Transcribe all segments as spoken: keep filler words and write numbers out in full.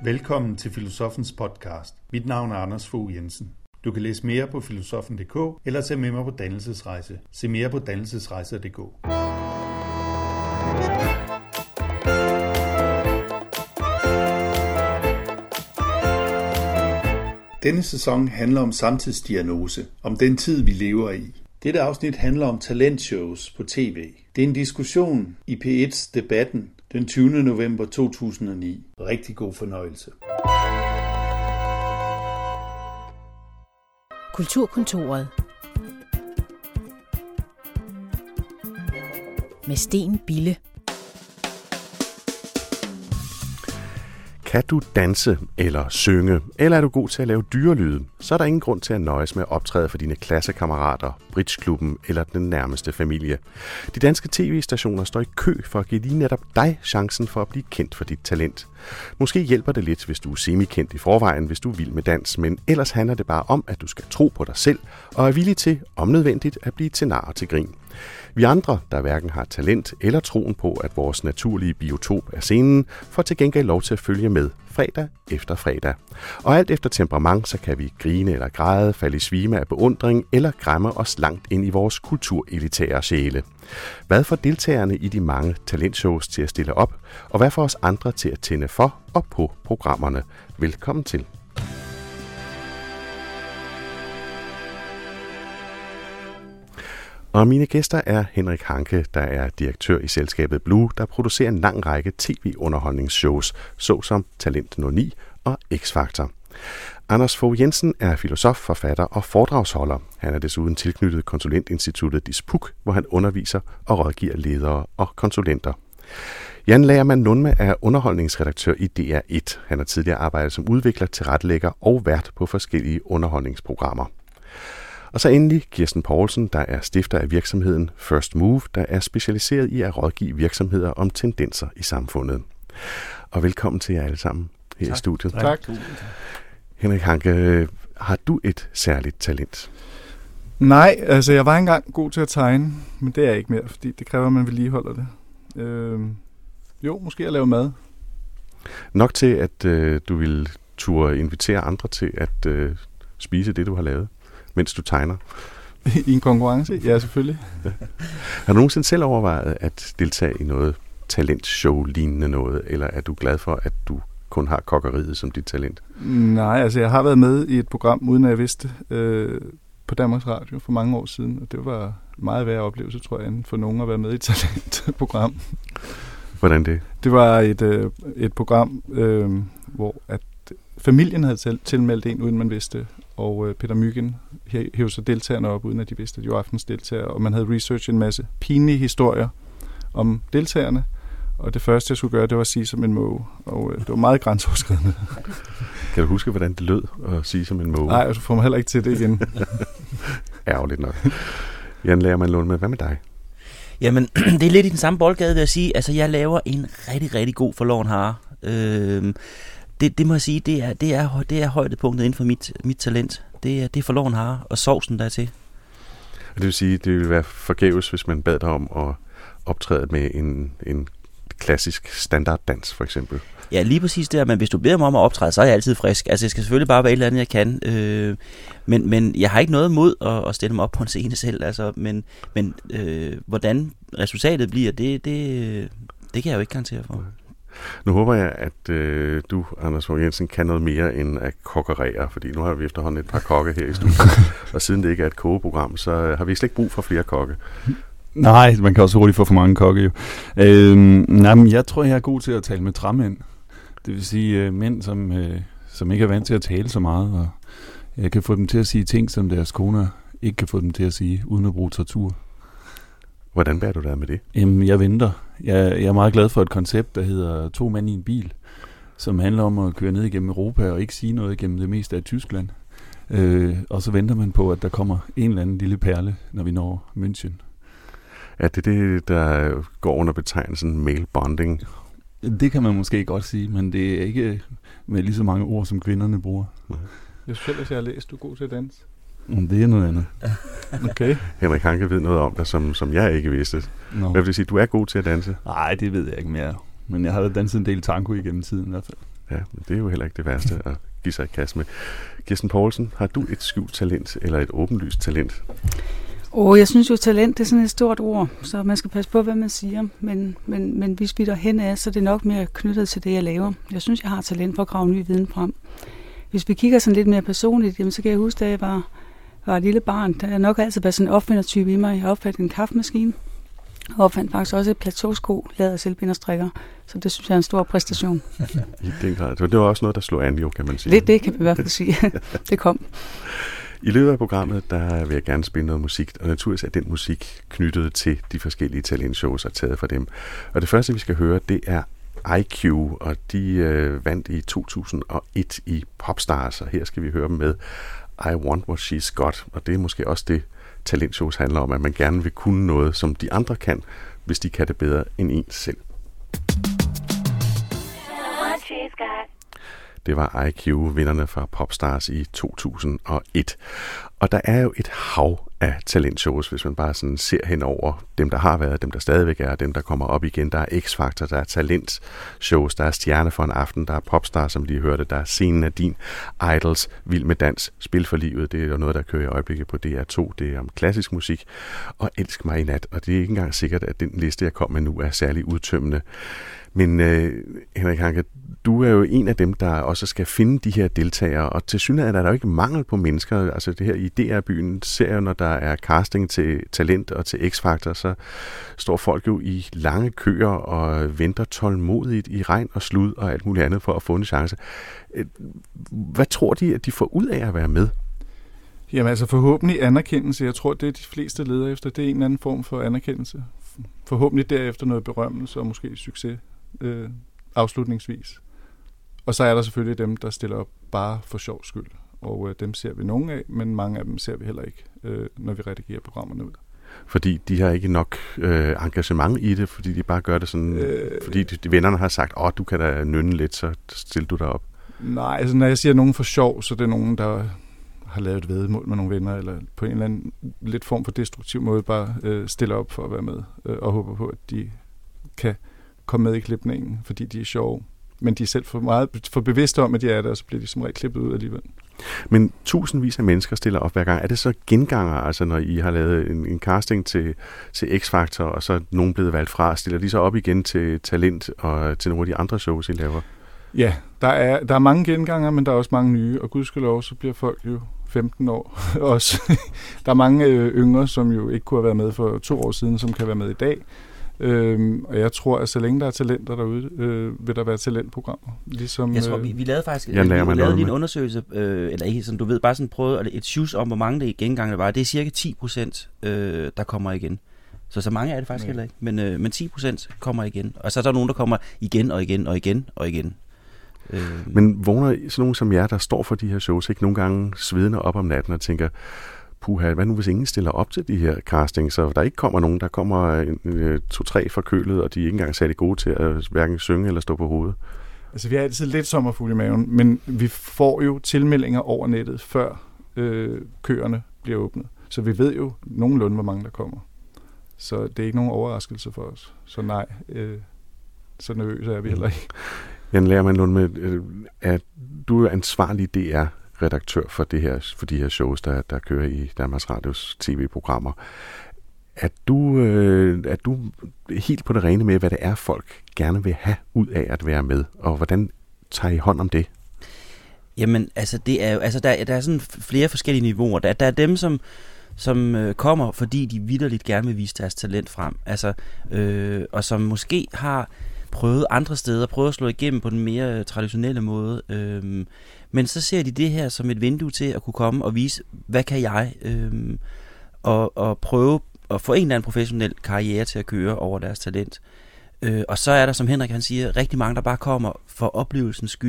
Velkommen til Filosofens podcast. Mit navn er Anders Fogh Jensen. Du kan læse mere på filosofen punktum d k eller tage med mig på dannelsesrejse. Se mere på dannelsesrejser punktum d k. Denne sæson handler om samtidsdiagnose, om den tid, vi lever i. Dette afsnit handler om talentshows på tv. Det er en diskussion i P et's Debatten den tyvende november to tusind og ni. Rigtig god fornøjelse. Kulturkontoret med Sten Bille. Kan du danse eller synge, eller er du god til at lave dyrelyde, så er der ingen grund til at nøjes med at optræde for dine klassekammerater, bridgeklubben eller den nærmeste familie. De danske tv-stationer står i kø for at give lige netop dig chancen for at blive kendt for dit talent. Måske hjælper det lidt, hvis du er semi-kendt i forvejen, hvis du er vild med dans, men ellers handler det bare om, at du skal tro på dig selv og er villig til, om nødvendigt, at blive til nar og til grin. Vi andre, der hverken har talent eller troen på, at vores naturlige biotop er scenen, får til gengæld lov til at følge med fredag efter fredag. Og alt efter temperament, så kan vi grine eller græde, falde i svime af beundring eller græmme os langt ind i vores kulturelitære sjæle. Hvad får deltagerne i de mange talentshows til at stille op, og hvad får os andre til at tænde for og på programmerne? Velkommen til. Og mine gæster er Henrik Hanke, der er direktør i selskabet Blue, der producerer en lang række tv-underholdningsshows, såsom Talent nul ni og X-Factor. Anders Fogh Jensen er filosof, forfatter og foredragsholder. Han er desuden tilknyttet konsulentinstituttet Dispuk, hvor han underviser og rådgiver ledere og konsulenter. Jan Lagerman Lundme er underholdningsredaktør i D R et. Han har tidligere arbejdet som udvikler, tilrettelægger og vært på forskellige underholdningsprogrammer. Og så endelig Kirsten Poulsen, der er stifter af virksomheden First Move, der er specialiseret i at rådgive virksomheder om tendenser i samfundet. Og velkommen til jer alle sammen her tak. i studiet. Tak. Henrik Hanke, har du et særligt talent? Nej, altså jeg var engang god til at tegne, men det er jeg ikke mere, fordi det kræver, at man vedligeholder det. Øh, jo, måske at lave mad. Nok til, at øh, du vil turde invitere andre til at øh, spise det, du har lavet, mens du tegner? I en konkurrence? Ja, selvfølgelig. Ja. Har du nogensinde selv overvejet at deltage i noget talentshow-lignende noget, eller er du glad for, at du kun har kokkeriet som dit talent? Nej, altså jeg har været med i et program, uden at jeg vidste, øh, på Danmarks Radio for mange år siden, og det var meget værd oplevelse, tror jeg, for nogen at være med i et talentprogram. Hvordan det? Det var et, øh, et program, øh, hvor at familien havde til, tilmeldt en, uden man vidste, og øh, Peter Myggen hævde så deltagerne op, uden at de vidste, at de var aftens deltagere, og man havde researchet en masse pinlige historier om deltagerne, og det første, jeg skulle gøre, det var at sige som en måge, og øh, det var meget grænseoverskridende. Kan du huske, hvordan det lød at sige som en måge? Nej, du får mig heller ikke til det igen. Ærgerligt nok. Jan Lagerman Lundme, hvad med dig? Jamen, det er lidt i den samme boldgade, vil jeg sige. Altså, jeg laver en rigtig, rigtig god forloren hare. Øh, det, det må jeg sige, det er, det er, det er højdepunktet inden for mit, mit talent. Det er, det er forloren hare, og sovsen der er til. Det vil sige, det ville være forgæves, hvis man bad dig om at optræde med en, en klassisk standarddans, for eksempel. Ja, lige præcis det, men hvis du beder mig om at optræde, så er jeg altid frisk. Altså, jeg skal selvfølgelig bare være et eller andet, jeg kan. Øh, men, men jeg har ikke noget imod at, at stille mig op på en scene selv. Altså, men men øh, hvordan resultatet bliver, det, det, det kan jeg jo ikke garantere for. Nu håber jeg, at øh, du, Anders Fogh Jensen, kan noget mere end at kokkerere, fordi nu har vi efterhånden et par kokke her i studiet. Og siden det ikke er et kogeprogram, så har vi slet ikke brug for flere kokke. Nej, man kan også hurtigt få for mange kokke jo. Øhm, nej, men jeg tror, jeg er god til at tale med træmænd. Det vil sige øh, mænd, som, øh, som ikke er vant til at tale så meget, og jeg kan få dem til at sige ting, som deres koner ikke kan få dem til at sige, uden at bruge tortur. Hvordan bærer du der med det? Jamen, jeg venter. Jeg, jeg er meget glad for et koncept, der hedder To mænd i en bil, som handler om at køre ned igennem Europa og ikke sige noget igennem det meste af Tyskland. Øh, og så venter man på, at der kommer en eller anden lille perle, når vi når München. Er det det, der går under betegnelsen male bonding? Det kan man måske godt sige, men det er ikke med lige så mange ord, som kvinderne bruger. Jeg synes selv, hvis jeg har læst, du er god til at danse. Det er noget andet. Okay. Henrik Hanke ved noget om dig, som, som jeg ikke vidste. No. Hvad vil det sige, du er god til at danse? Nej, det ved jeg ikke mere. Men jeg har da danset en del tango igennem tiden i hvert fald. Ja, men det er jo heller ikke det værste at give sig i kast med. Kirsten Poulsen, har du et skjult talent eller et åbenlyst talent? Åh, oh, jeg synes jo, talent det er sådan et stort ord, så man skal passe på, hvad man siger. Men, men, men hvis vi derhen er, så er det nok mere knyttet til det, jeg laver. Jeg synes, jeg har talent for at grave ny viden frem. Hvis vi kigger sådan lidt mere personligt, jamen, så kan jeg huske, da jeg var, var et lille barn, der er nok altid været sådan en opfindertype i mig. Jeg opfandt en kaffemaskine, og opfandt faktisk også et plateausko, lavet af selvbinderstrikker. Så det synes jeg er en stor præstation. I den grad. Det var også noget, der slog an, jo, kan man sige. Det, det kan vi i hvert fald sige. Det kom. I løbet af programmet, der vil jeg gerne spille noget musik, og naturligvis er den musik knyttet til de forskellige talentshows og taget fra dem. Og det første, vi skal høre, det er I Q, og de øh, vandt i to tusind og et i Popstars, og her skal vi høre dem med I Want What She's Got, og det er måske også det, talentshows handler om, at man gerne vil kunne noget, som de andre kan, hvis de kan det bedre end en selv. Det var I Q, vinderne fra Popstars i to tusind og et. Og der er jo et hav af talentshows, hvis man bare sådan ser hen over dem, der har været, dem, der stadigvæk er, dem, der kommer op igen. Der er X-Factor, der er talentshows, der er Stjerne for en aften, der er Popstars, som lige hørte, der er Scenen er din, Idols, Vild med dans, Spil for livet, det er jo noget, der kører i øjeblikket på D R to, det er om klassisk musik, og Elsk mig i nat, og det er ikke engang sikkert, at den liste, jeg kom med nu, er særlig udtømmende. Men øh, Henrik Hanke, du er jo en af dem, der også skal finde de her deltagere, og til synligheden er der jo ikke mangel på mennesker. Altså det her i D R-byen ser jeg, når der er casting til talent og til X-Factor, så står folk jo i lange køer og venter tålmodigt i regn og slud og alt muligt andet for at få en chance. Hvad tror de, at de får ud af at være med? Jamen altså forhåbentlig anerkendelse. Jeg tror, det er de fleste leder efter. Det er en eller anden form for anerkendelse. Forhåbentlig derefter noget berømmelse og måske succes øh, afslutningsvis. Og så er der selvfølgelig dem, der stiller op bare for sjov skyld. Og øh, dem ser vi nogle af, men mange af dem ser vi heller ikke, øh, når vi redigerer programmerne ud. Fordi de har ikke nok øh, engagement i det, fordi de bare gør det sådan, øh, fordi de, de vennerne har sagt, åh, du kan da nynne lidt, så stiller du dig op. Nej, altså når jeg siger nogen for sjov, så det er nogen, der har lavet et væddemål med nogle venner, eller på en eller anden lidt form for destruktiv måde bare øh, stiller op for at være med, øh, og håber på, at de kan komme med i klipningen, fordi de er sjove. Men de er selv for meget for bevidste om, at de er der, og så bliver de som regel klippet ud alligevel. Men tusindvis af mennesker stiller op hver gang. Er det så genganger, altså når I har lavet en, en casting til, til X-Factor, og så er nogen blevet valgt fra, stiller de så op igen til Talent og til nogle af de andre shows, I laver? Ja, der er, der er mange genganger, men der er også mange nye, og gudskelov, så bliver folk jo femten år også. Der er mange øh, yngre, som jo ikke kunne have været med for to år siden, som kan være med i dag. Øhm, og jeg tror, at så længe der er talenter derude, øh, vil der være talentprogrammer. Ligesom, jeg tror, vi, vi lavede faktisk jeg vi lavede lige en med. undersøgelse, øh, eller ikke, sådan, du ved, bare sådan prøvede et shoes om, hvor mange det i gengang der var. Det er cirka ti procent, øh, der kommer igen. Så så mange er det faktisk Nej. heller ikke, men, øh, men ti procent kommer igen. Og så er der nogen, der kommer igen og igen og igen og igen. Øh. Men vågner sådan nogen som jer, der står for de her shows, ikke nogle gange svedende op om natten og tænker, puha, hvad nu hvis ingen stiller op til de her castings, så der ikke kommer nogen, der kommer en, to-tre forkølet, og de er ikke engang særlig gode til at hverken synge eller stå på hovedet? Altså, vi er altid lidt sommerfugle i maven, men vi får jo tilmeldinger over nettet, før øh, køerne bliver åbnet. Så vi ved jo nogenlunde, hvor mange der kommer. Så det er ikke nogen overraskelse for os. Så nej, øh, så nervøse er vi heller ikke. Jan Lermann Lund, med, at du er ansvarlig D R redaktør for det her, for de her shows, der, der kører i Danmarks Radios tv-programmer. Er du, øh, er du helt på det rene med, hvad det er, folk gerne vil have ud af at være med, og hvordan tager I hånd om det? Jamen, altså, det er jo, altså der, der er sådan flere forskellige niveauer. Der, der er dem, som, som øh, kommer, fordi de vitterligt gerne vil vise deres talent frem, altså, øh, og som måske har prøvet andre steder, prøvet at slå igennem på den mere traditionelle måde, øh, men så ser de det her som et vindue til at kunne komme og vise, hvad kan jeg, øhm, og, og prøve at få en eller anden professionel karriere til at køre over deres talent. Øh, og så er der, som Henrik han siger, rigtig mange, der bare kommer for oplevelsens skyld.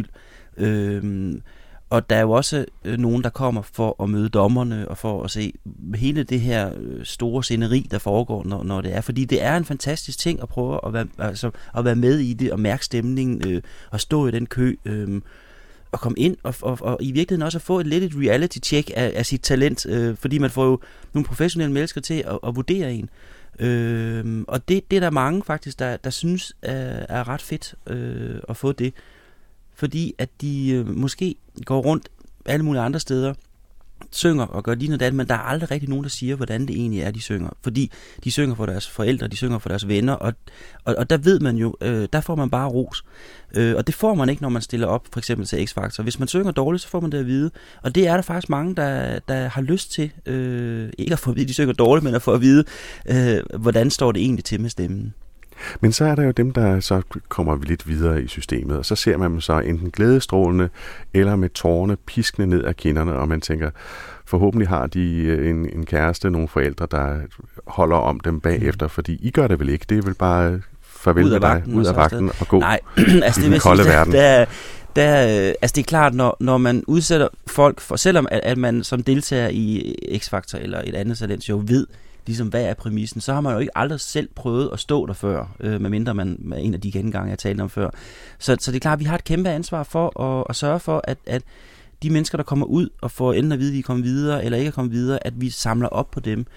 Øhm, og der er jo også øh, nogen, der kommer for at møde dommerne og for at se hele det her øh, store sceneri, der foregår, når, når det er. Fordi det er en fantastisk ting at prøve at være, altså, at være med i det og mærke stemningen øh, og stå i den kø. Øh, og komme ind og, og, og i virkeligheden også at få et lidt et reality-check af, af sit talent, øh, fordi man får jo nogle professionelle mennesker til at, at vurdere en. Øh, og det, det er der mange faktisk, der, der synes er, er ret fedt øh, at få det. fordi at de øh, måske går rundt alle mulige andre steder, synger og gør lige noget andet, men der er aldrig rigtig nogen, der siger, hvordan det egentlig er, de synger. Fordi de synger for deres forældre, de synger for deres venner, og, og, og der ved man jo, øh, der får man bare ros. Øh, og det får man ikke, når man stiller op, for eksempel til X-Factor. Hvis man synger dårligt, så får man det at vide. Og det er der faktisk mange, der, der har lyst til, øh, ikke at få at vide, de synger dårligt, men at få at vide, øh, hvordan står det egentlig til med stemmen. Men så er der jo dem, der så kommer lidt videre i systemet, og så ser man dem så enten glædestrålende, eller med tårerne piskende ned ad kinderne, og man tænker, forhåbentlig har de en, en kæreste, nogle forældre, der holder om dem bagefter, fordi I gør det vel ikke, det er vel bare farvel ud af med dig, vagten, ud af vagten og gå Nej, altså, i det den kolde sige, verden. Der, der, altså det er klart, når, når man udsætter folk for, selvom at, at man som deltager i X-Factor eller et andet talentshow ved, ligesom hvad er præmissen, så har man jo ikke aldrig selv prøvet at stå der før, øh, medmindre man er en af de gengange, jeg talte om før. Så, så det er klart, at vi har et kæmpe ansvar for at, at sørge for, at, at de mennesker, der kommer ud og får enten at vide, at de er kommet videre, eller ikke er kommet videre, at vi samler op på dem.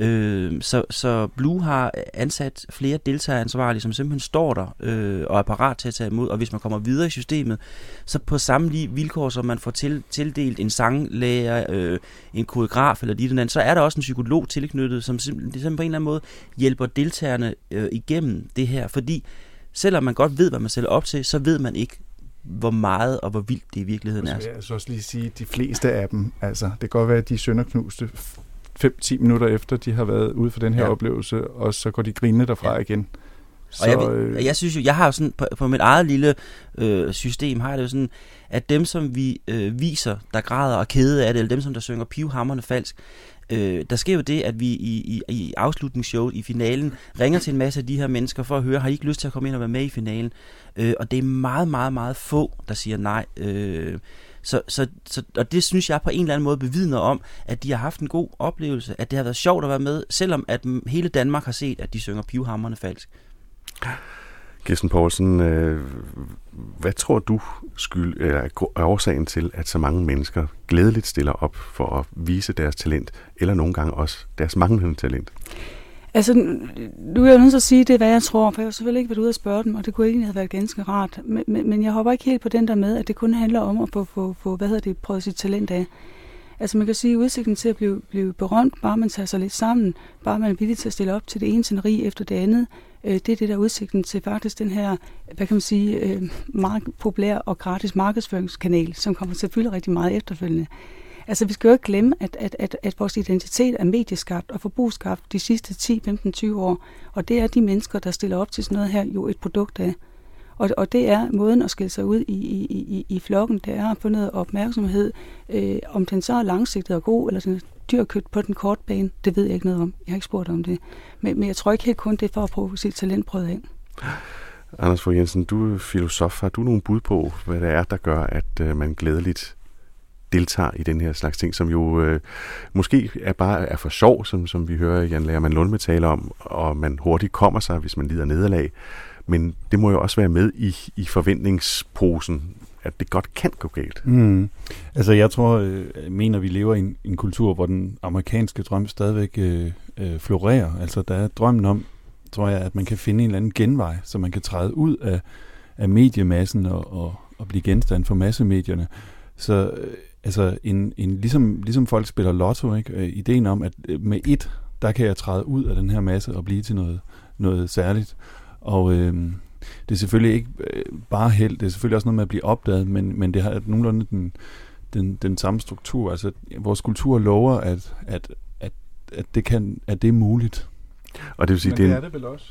Øh, så, så Blue har ansat flere deltageransvarlige, som simpelthen står der øh, og er parat til at tage imod, og hvis man kommer videre i systemet, så på samme lige vilkår, som man får til, tildelt en sanglærer, øh, en koreograf eller dit eller andet, så er der også en psykolog tilknyttet, som simpelthen på en eller anden måde hjælper deltagerne øh, igennem det her, fordi selvom man godt ved, hvad man stiller op til, så ved man ikke, hvor meget og hvor vildt det i virkeligheden er. Jeg vil også lige sige, at de fleste af dem, altså det kan godt være, at de sønderknuste fem til ti minutter efter, de har været ude for den her ja. oplevelse, og så går de grinende derfra ja. igen. Så, og jeg, øh... jeg synes jo, jeg har jo sådan, på, på mit eget lille øh, system, har jeg det jo sådan, at dem, som vi øh, viser, der græder og kede af det, eller dem, som der synger pivhamrende falsk, øh, der sker jo det, at vi i, i, i afslutningsshowet, i finalen, ringer til en masse af de her mennesker for at høre, har I ikke lyst til at komme ind og være med i finalen? Øh, og det er meget, meget, meget få, der siger nej. Øh, Så, så, så, og det synes jeg på en eller anden måde bevidner om, at de har haft en god oplevelse, at det har været sjovt at være med, selvom at hele Danmark har set, at de synger pivhamrende falsk. Kirsten Poulsen, øh, hvad tror du skyld, eller er årsagen til, at så mange mennesker glædeligt stiller op for at vise deres talent, eller nogle gange også deres manglende talent? Altså, nu er jeg nødt til at sige, det er, hvad jeg tror, for jeg har selvfølgelig ikke været ude at spørge dem, og det kunne egentlig have været ganske rart. Men, men, men jeg hopper ikke helt på den der med, at det kun handler om at få, få, få hvad hedder det, prøvet sit talent af. Altså, man kan sige, at udsigten til at blive, blive berømt, bare man tager sig lidt sammen, bare man er villig til at stille op til det ene sceneri efter det andet, øh, det er det der udsigten til faktisk den her, hvad kan man sige, øh, meget populær og gratis markedsføringskanal, som kommer til at fylde rigtig meget efterfølgende. Altså, vi skal jo ikke glemme, at, at, at, at vores identitet er medieskabt og forbrugsskabt de sidste ti, femten, tyve år. Og det er de mennesker, der stiller op til sådan noget her, jo et produkt af. Og, og det er måden at skille sig ud i, i, i, i flokken, det er at få noget opmærksomhed. Øh, om den så er langsigtet og god, eller den er dyrkøbt på den korte bane, det ved jeg ikke noget om. Jeg har ikke spurgt om det. Men, men jeg tror ikke helt kun, det er for at prøve sit talent prøvet af. Anders Fogh Jensen, du er filosof. Har du nogle bud på, hvad det er, der gør, at øh, man glædeligt deltager i den her slags ting, som jo øh, måske er bare er for sjov, som, som vi hører Jan Lagerman Lundme tale om, og man hurtigt kommer sig, hvis man lider nederlag. Men det må jo også være med i, i forventningsposen, at det godt kan gå galt. Mm. Altså jeg tror, jeg mener, vi lever i en, en kultur, hvor den amerikanske drøm stadigvæk øh, øh, florerer. Altså der er drømmen om, tror jeg, at man kan finde en eller anden genvej, så man kan træde ud af, af mediemassen og, og, og blive genstand for massemedierne. Så øh, altså en, en, ligesom, ligesom folk spiller lotto, ikke? Øh, ideen om, at med et, der kan jeg træde ud af den her masse og blive til noget, noget særligt. Og øh, det er selvfølgelig ikke øh, bare held, det er selvfølgelig også noget med at blive opdaget, men, men det har nogenlunde den, den, den samme struktur. Altså vores kultur lover, at, at, at, at, det, kan, at det er muligt. Og det vil sige, men det er, er en... det vel også?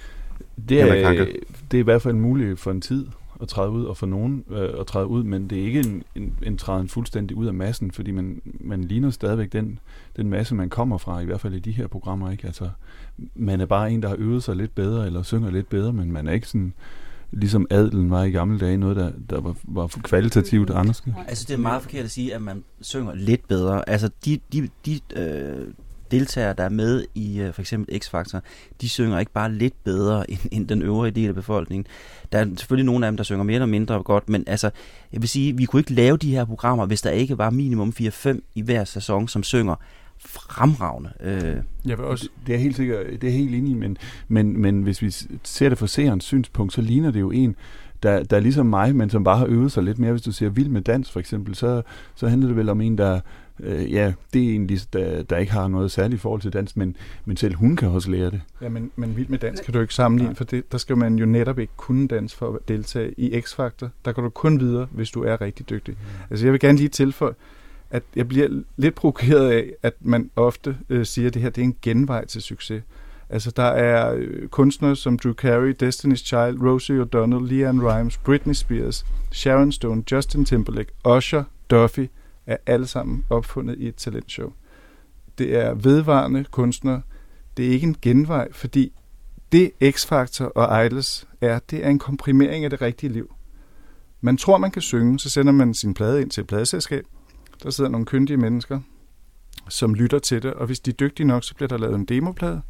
Det er, det er i hvert fald muligt for en tid at træde ud, og for nogen øh, at træde ud, men det er ikke en, en, en træden fuldstændig ud af massen, fordi man, man ligner stadigvæk den, den masse, man kommer fra, i hvert fald i de her programmer, ikke? Altså, man er bare en, der har øvet sig lidt bedre, eller synger lidt bedre, men man er ikke sådan, ligesom adelen var i gamle dage, noget, der, der var, var kvalitativt anderledes. Altså, det er meget forkert at sige, at man synger lidt bedre. Altså, de, de, de øh, deltagere, der er med i uh, for eksempel X-Factor, de synger ikke bare lidt bedre end, end den øvrige del af befolkningen. Der er selvfølgelig nogle af dem, der synger mere eller mindre godt, men altså, jeg vil sige, vi kunne ikke lave de her programmer, hvis der ikke var minimum fire fem i hver sæson, som synger fremragende. Øh. Jeg vil også, det er helt sikkert, det er helt enig, men, men, men hvis vi ser det fra seerens synspunkt, så ligner det jo en, der, der er ligesom mig, men som bare har øvet sig lidt mere. Hvis du siger Vild med dans for eksempel, så, så handler det vel om en, der, øh, ja, det er egentlig, der, der ikke har noget særligt forhold til dans, men, men selv hun kan også lære det. Ja, men, men Vild med dans kan du ikke sammenligne, for det, der skal man jo netop ikke kunne dans for at deltage i X-Factor. Der kan du kun videre, hvis du er rigtig dygtig. Mm. Altså jeg vil gerne lige tilføje, at jeg bliver lidt provokeret af, at man ofte øh, siger, at det her det er en genvej til succes. Altså, der er øh, kunstnere som Drew Carey, Destiny's Child, Rosie O'Donnell, LeAnn Rimes, Britney Spears, Sharon Stone, Justin Timberlake, Usher, Duffy, er alle sammen opfundet i et talentshow. Det er vedvarende kunstnere. Det er ikke en genvej, fordi det X-Factor og Idols er, det er en komprimering af det rigtige liv. Man tror, man kan synge, så sender man sin plade ind til et pladeselskab. Der sidder nogle kyndige mennesker, som lytter til det, og hvis de er dygtige nok, så bliver der lavet en demoplade,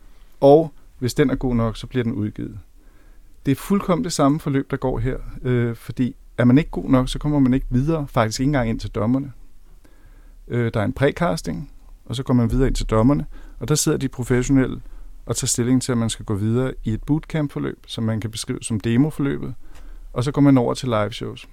og hvis den er god nok, så bliver den udgivet. Det er fuldkommen det samme forløb, der går her, øh, fordi er man ikke god nok, så kommer man ikke videre, faktisk ikke engang ind til dommerne. Øh, der er en præcasting, og så kommer man videre ind til dommerne, og der sidder de professionelle og tager stilling til, at man skal gå videre i et bootcamp-forløb, som man kan beskrive som demoforløbet, og så går man over til live shows.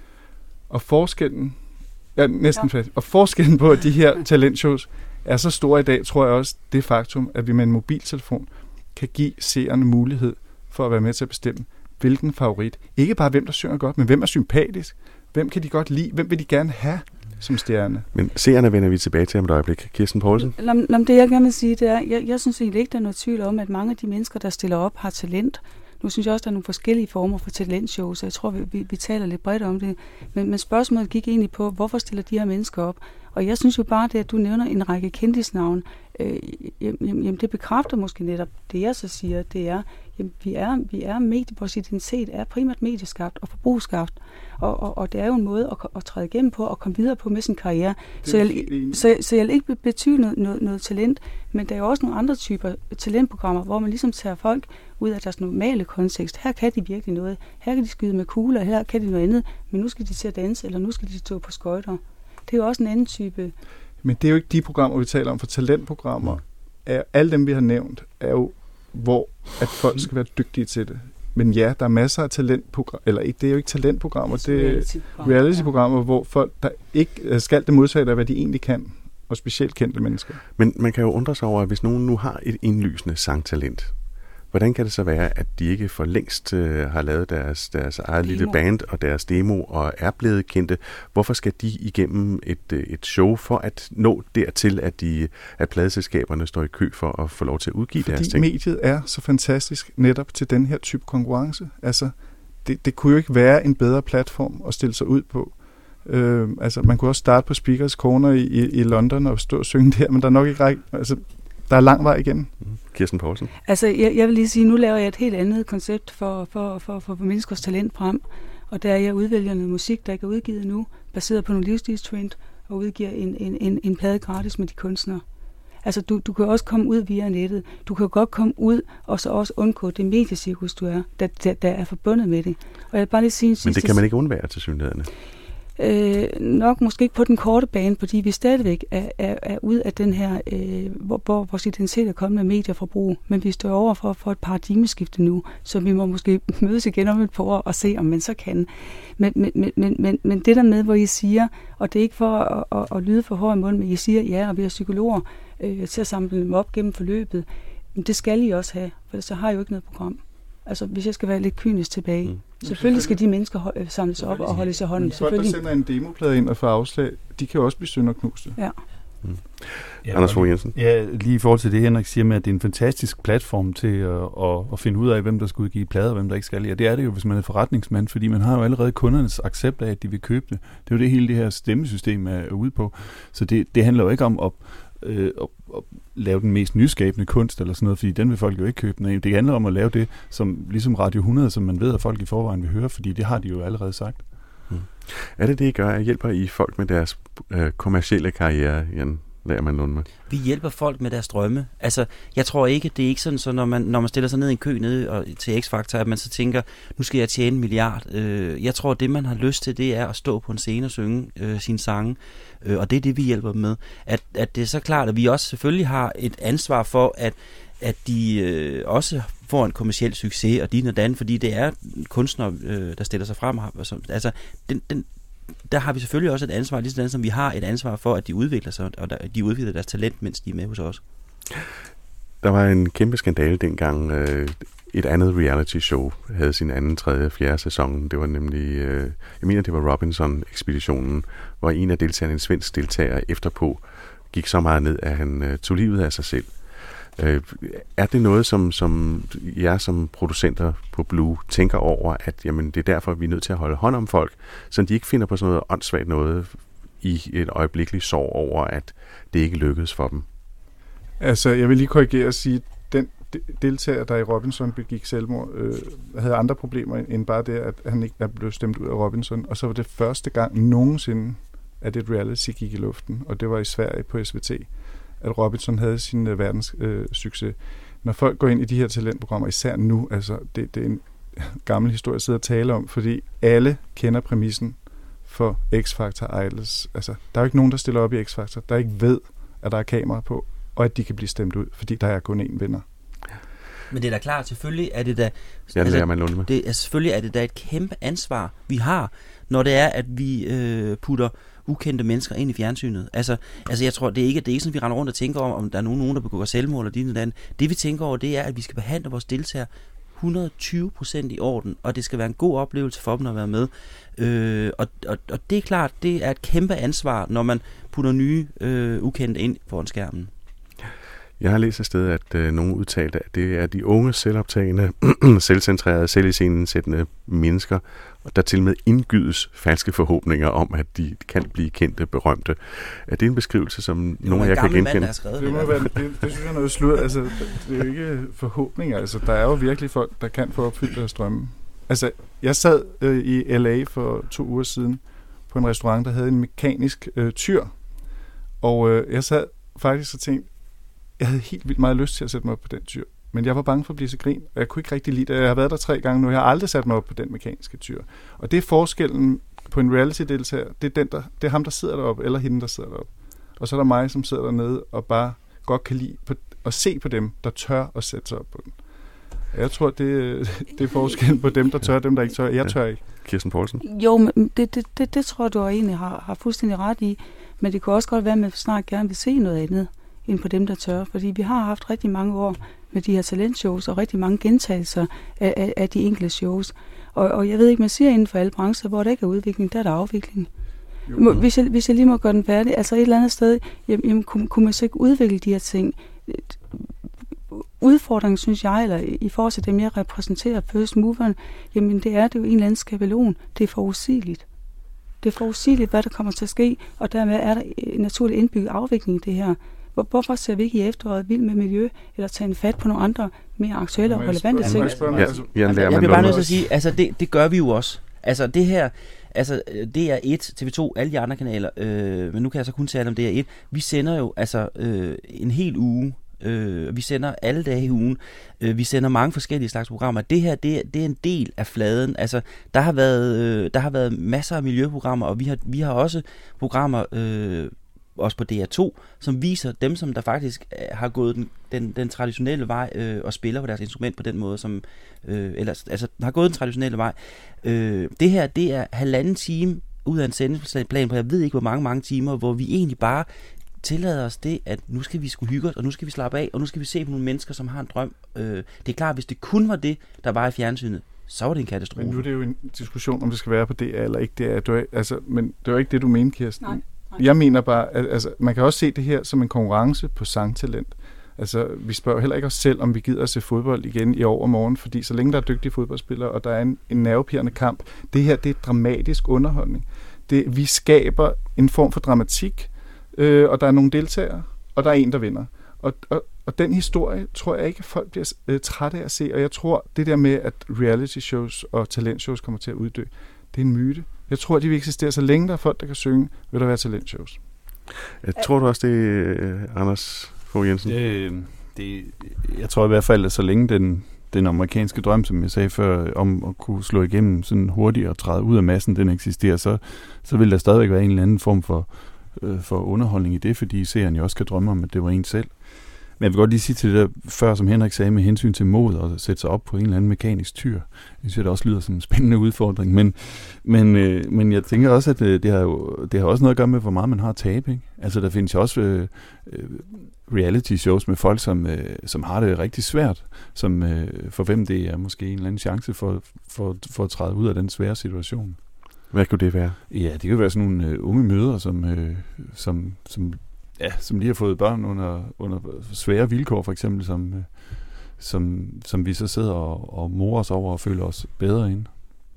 Og forskellen, ja, næsten ja. Og forskellen på de her talentshows er så stor i dag, tror jeg også, det faktum, at vi med en mobiltelefon kan give seerne mulighed for at være med til at bestemme, hvilken favorit. Ikke bare hvem, der synger godt, men hvem er sympatisk. Hvem kan de godt lide? Hvem vil de gerne have som stjerne? Men seerne vender vi tilbage til om et øjeblik. Kirsten Poulsen? Lad det, jeg gerne vil sige, det er, jeg, jeg synes egentlig ikke, der er noget tvivl om, at mange af de mennesker, der stiller op, har talent. Nu synes jeg også, der er nogle forskellige former for talentshows, så jeg tror, vi, vi, vi taler lidt bredt om det. Men, men spørgsmålet gik egentlig på, hvorfor stiller de her mennesker op? Og jeg synes jo bare, det at du nævner en række kendisnavn, øh, jamen, jamen det bekræfter måske netop det, jeg så siger, det er, jamen vi er, vi er medie, vores identitet er primært medieskabt og forbrugsskabt. Og, og, og det er jo en måde at, at træde igennem på og komme videre på med sin karriere. Så jeg, så, så jeg vil ikke betyde noget, noget, noget talent, men der er jo også nogle andre typer talentprogrammer, hvor man ligesom tager folk ud af deres normale kontekst. Her kan de virkelig noget. Her kan de skyde med kugler, her kan de noget andet, men nu skal de til at danse, eller nu skal de stå på skøjter. Det er jo også en anden type. Men det er jo ikke de programmer, vi taler om, for talentprogrammer. Er, alle dem, vi har nævnt, er jo, hvor at folk skal være dygtige til det. Men ja, der er masser af talentprogrammer, eller ikke, det er jo ikke talentprogrammer, det er reality-programmer, ja. Hvor folk, der ikke skal det modsatte af, hvad de egentlig kan, og specielt kendte mennesker. Men man kan jo undre sig over, at hvis nogen nu har et indlysende sangtalent, hvordan kan det så være, at de ikke for længst øh, har lavet deres, deres eget lille band og deres demo og er blevet kendte? Hvorfor skal de igennem et, et show for at nå dertil, at, de, at pladeselskaberne står i kø for at få lov til at udgive Fordi deres ting? Fordi mediet er så fantastisk netop til den her type konkurrence. Altså, det, det kunne jo ikke være en bedre platform at stille sig ud på. Øh, altså, man kunne også starte på Speakers Corner i, i, i London og stå og synge der, men der er nok ikke række... Altså, der er lang vej igen. Kirsten Poulsen? Altså, jeg, jeg vil lige sige, nu laver jeg et helt andet koncept for, for, for, for, for menneskers talent frem, og der er jeg udvælger noget musik, der ikke er udgivet nu, baseret på nogle livsstilstrend, og udgiver en, en, en, en plade gratis med de kunstnere. Altså, du, du kan også komme ud via nettet. Du kan godt komme ud, og så også undgå det mediecirkus, du er, der, der, der er forbundet med det. Og jeg vil bare lige sige... Men det kan man ikke undvære til synligheden. Øh, nok måske ikke på den korte bane, fordi vi stadigvæk er, er, er ude af den her, øh, hvor, hvor vores identitet er kommet med medieforbrug, men vi står over for, for et paradigmeskifte nu, så vi må måske mødes igen om et par år og se, om man så kan. Men, men, men, men, men det der med, hvor I siger, og det er ikke for at, at, at lyde for hård i munden, men I siger, ja, og vi har psykologer øh, til at samle dem op gennem forløbet, men det skal I også have, for så har I jo ikke noget program. Altså, hvis jeg skal være lidt kynisk tilbage. Mm. Selvfølgelig skal de mennesker samles op og holde sig i hånden. Folk, der sender en demoplade ind og får afslag, de kan jo også blive sønderknuste. Ja. Mm. Ja, Anders Fogh Jensen. Ja, lige i forhold til det, Henrik siger med, at det er en fantastisk platform til at, at, at finde ud af, hvem der skal udgive plader og hvem der ikke skal. Ja, det er det jo, hvis man er forretningsmand, fordi man har jo allerede kundernes accept af, at de vil købe det. Det er jo det, hele det her stemmesystem er ude på. Så det, det handler jo ikke om at Øh, at, at lave den mest nyskabende kunst eller sådan noget, fordi den vil folk jo ikke købe. Nej, det handler om at lave det, som ligesom Radio hundrede, som man ved, at folk i forvejen vil høre, fordi det har de jo allerede sagt. Hmm. Er det det, I gør? Hjælper I folk med deres øh, kommercielle karriere, Jan Lagerman Lundmark? Vi hjælper folk med deres drømme. Altså, jeg tror ikke, det er ikke sådan, så når man, når man stiller sig ned i en kø nede og, til X-Factor, at man så tænker, nu skal jeg tjene en milliard. Øh, jeg tror, det man har lyst til, det er at stå på en scene og synge øh, sine sange. Øh, og det er det, vi hjælper dem med. At, at det er så klart, at vi også selvfølgelig har et ansvar for, at at de øh, også får en kommerciel succes, og din og dan, fordi det er kunstnere, øh, der stiller sig frem. Og som, altså, den, den, der har vi selvfølgelig også et ansvar, lige sådan som vi har et ansvar for, at de udvikler sig, og der, de udvikler deres talent, mens de er med hos os. Der var en kæmpe skandale dengang øh, et andet reality show havde sin anden, tredje, fjerde sæson. Det var nemlig, øh, jeg mener det var Robinson-ekspeditionen, hvor en af deltagerne, en svensk deltager, efterpå gik så meget ned, at han øh, tog livet af sig selv. Øh, er det noget, som, som jer som producenter på Blue tænker over, at jamen, det er derfor, vi er nødt til at holde hånd om folk, så de ikke finder på sådan noget åndssvagt noget i et øjeblikkeligt sorg over, at det ikke lykkedes for dem? Altså, jeg vil lige korrigere og sige, at den deltager, der i Robinson begik selvmord, øh, havde andre problemer end bare det, at han ikke er blevet stemt ud af Robinson. Og så var det første gang nogensinde, at et reality gik i luften, og det var i Sverige på S V T, at Robinson havde sin øh, verdens øh, succes. Når folk går ind i de her talentprogrammer, især nu, altså det, det er en gammel historie at sidde og tale om, fordi alle kender præmissen for X-Factor Idols. Altså, der er jo ikke nogen, der stiller op i X-Factor, der ikke ved, at der er kamera på, og at de kan blive stemt ud, fordi der er kun én vinder. Men det er da klart, selvfølgelig er det da... Ja, det, altså, med. det er, selvfølgelig er det da et kæmpe ansvar, vi har, når det er, at vi øh, putter ukendte mennesker ind i fjernsynet. Altså, altså jeg tror, det er ikke, det er ikke sådan, vi render rundt og tænker om, om der er nogen, nogen der begår selvmord eller din eller anden. Det vi tænker over, det er, at vi skal behandle vores deltagere hundrede og tyve procent i orden, og det skal være en god oplevelse for dem at være med. Øh, og, og, og det er klart, det er et kæmpe ansvar, når man putter nye øh, ukendte ind foran skærmen. Jeg har læst et sted, at øh, nogen udtalte, at det er de unge, selvoptagende, selvcentrerede, selviscenesættende mennesker, der til med indgydes falske forhåbninger om, at de kan blive kendte, berømte. Er det en beskrivelse, som nogle af jer kan genkende? Mand, det, må være, det, det synes jeg er noget slud. Altså, det er jo ikke forhåbninger. Altså, der er jo virkelig folk, der kan få opfyldt deres drømme. Altså, jeg sad øh, i L A for to uger siden på en restaurant, der havde en mekanisk øh, tyr. Og øh, jeg sad faktisk og tænkte, jeg havde helt vildt meget lyst til at sætte mig op på den tyr. Men jeg var bange for at blive så grin, og jeg kunne ikke rigtig lide det. Jeg har været der tre gange nu, jeg har aldrig sat mig op på den mekaniske tyr. Og det er forskellen på en reality-deltager. Det er, den, der, det er ham, der sidder deroppe, eller hende, der sidder deroppe. Og så er der mig, som sidder dernede og bare godt kan lide på, at se på dem, der tør at sætte sig op på den. Jeg tror, det, det er forskellen på dem, der tør, og dem, der ikke tør. Jeg tør ikke. Kirsten Poulsen? Jo, men det, det, det, det tror jeg, du egentlig har, har fuldstændig ret i. Men det kunne også godt være, at man snart gerne vil se noget andet end på dem, der tør. Fordi vi har haft rigtig mange år med de her talentshows, og rigtig mange gentagelser af, af, af de enkelte shows. Og, og jeg ved ikke, man siger inden for alle brancher, hvor der ikke er udvikling, der er der afvikling. Må, hvis, jeg, hvis jeg lige må gøre den færdig, altså et eller andet sted, jamen, jamen, kunne, kunne man så ikke udvikle de her ting? Udfordringen, synes jeg, eller i forhold til dem, jeg repræsenterer, first moveren, jamen det er det jo en eller anden skabelon. Det er forudsigeligt. Det er forudsigeligt, hvad der kommer til at ske, og dermed er der en naturlig indbygget afvikling i det her. Hvorfor ser vi ikke i efteråret vild med miljø, eller tage en fat på nogle andre mere aktuelle og relevante ting? Ja, jeg bliver bare nødt til at sige, altså det, det gør vi jo også. Altså det her, altså D R et, T V to, alle de andre kanaler, øh, men nu kan jeg så kun tale om D R et. Vi sender jo altså øh, en hel uge. Øh, vi sender alle dage i ugen. Øh, vi sender mange forskellige slags programmer. Det her, det, det er en del af fladen. Altså, der har været, øh, der har været masser af miljøprogrammer, og vi har, vi har også programmer, øh, også på D R to, som viser dem, som der faktisk har gået den, den, den traditionelle vej øh, og spiller på deres instrument på den måde, som øh, ellers, altså har gået den traditionelle vej. Øh, det her, det er halvanden time ud af en sendingsplan på, jeg ved ikke hvor mange, mange timer, hvor vi egentlig bare tillader os det, at nu skal vi sgu hygge os, og nu skal vi slappe af, og nu skal vi se på nogle mennesker, som har en drøm. Øh, det er klart, hvis det kun var det, der var i fjernsynet, så var det en katastrofe. Men nu er det jo en diskussion, om det skal være på D R eller ikke D R. Du er, altså, men det var ikke det, du mente, Kirsten. Nej. Jeg mener bare, at altså, man kan også se det her som en konkurrence på sangtalent. Altså, vi spørger heller ikke os selv, om vi gider at se fodbold igen i overmorgen, fordi så længe der er dygtige fodboldspillere, og der er en, en nervepirrende kamp, det her, det er dramatisk underholdning. Det, vi skaber en form for dramatik, øh, og der er nogle deltagere, og der er en, der vinder. Og, og, og den historie tror jeg ikke, at folk bliver øh, trætte af at se, og jeg tror, det der med, at reality shows og talentshows kommer til at uddø, det er en myte. Jeg tror, de vil eksistere, så længe der er folk, der kan synge, vil der være talentshows. Jeg tror du også, det er Anders Fogh Jensen? Det, det, jeg tror i hvert fald, at så længe den, den amerikanske drøm, som jeg sagde før, om at kunne slå igennem sådan hurtigt og træde ud af massen, den eksisterer, så, så vil der stadigvæk være en eller anden form for, øh, for underholdning i det, fordi seeren jo også kan drømme om, at det var en selv. Men jeg vil godt lige sige til det der før, som Henrik sagde, med hensyn til mod og sætte sig op på en eller anden mekanisk tyr. Jeg synes, det også lyder som en spændende udfordring. Men, men, øh, men jeg tænker også, at øh, det, har jo, det har også noget at gøre med, hvor meget man har at tabe. Ikke? Altså, der findes jo også øh, reality shows med folk, som, øh, som har det rigtig svært, som øh, for hvem det er måske en eller anden chance for, for, for at træde ud af den svære situation. Hvad kunne det være? Ja, det kan være sådan nogle øh, unge mødre, som, øh, som, som, ja, som lige har fået børn under, under svære vilkår, for eksempel, som, øh, som, som vi så sidder og, og morer os over og føler os bedre ind.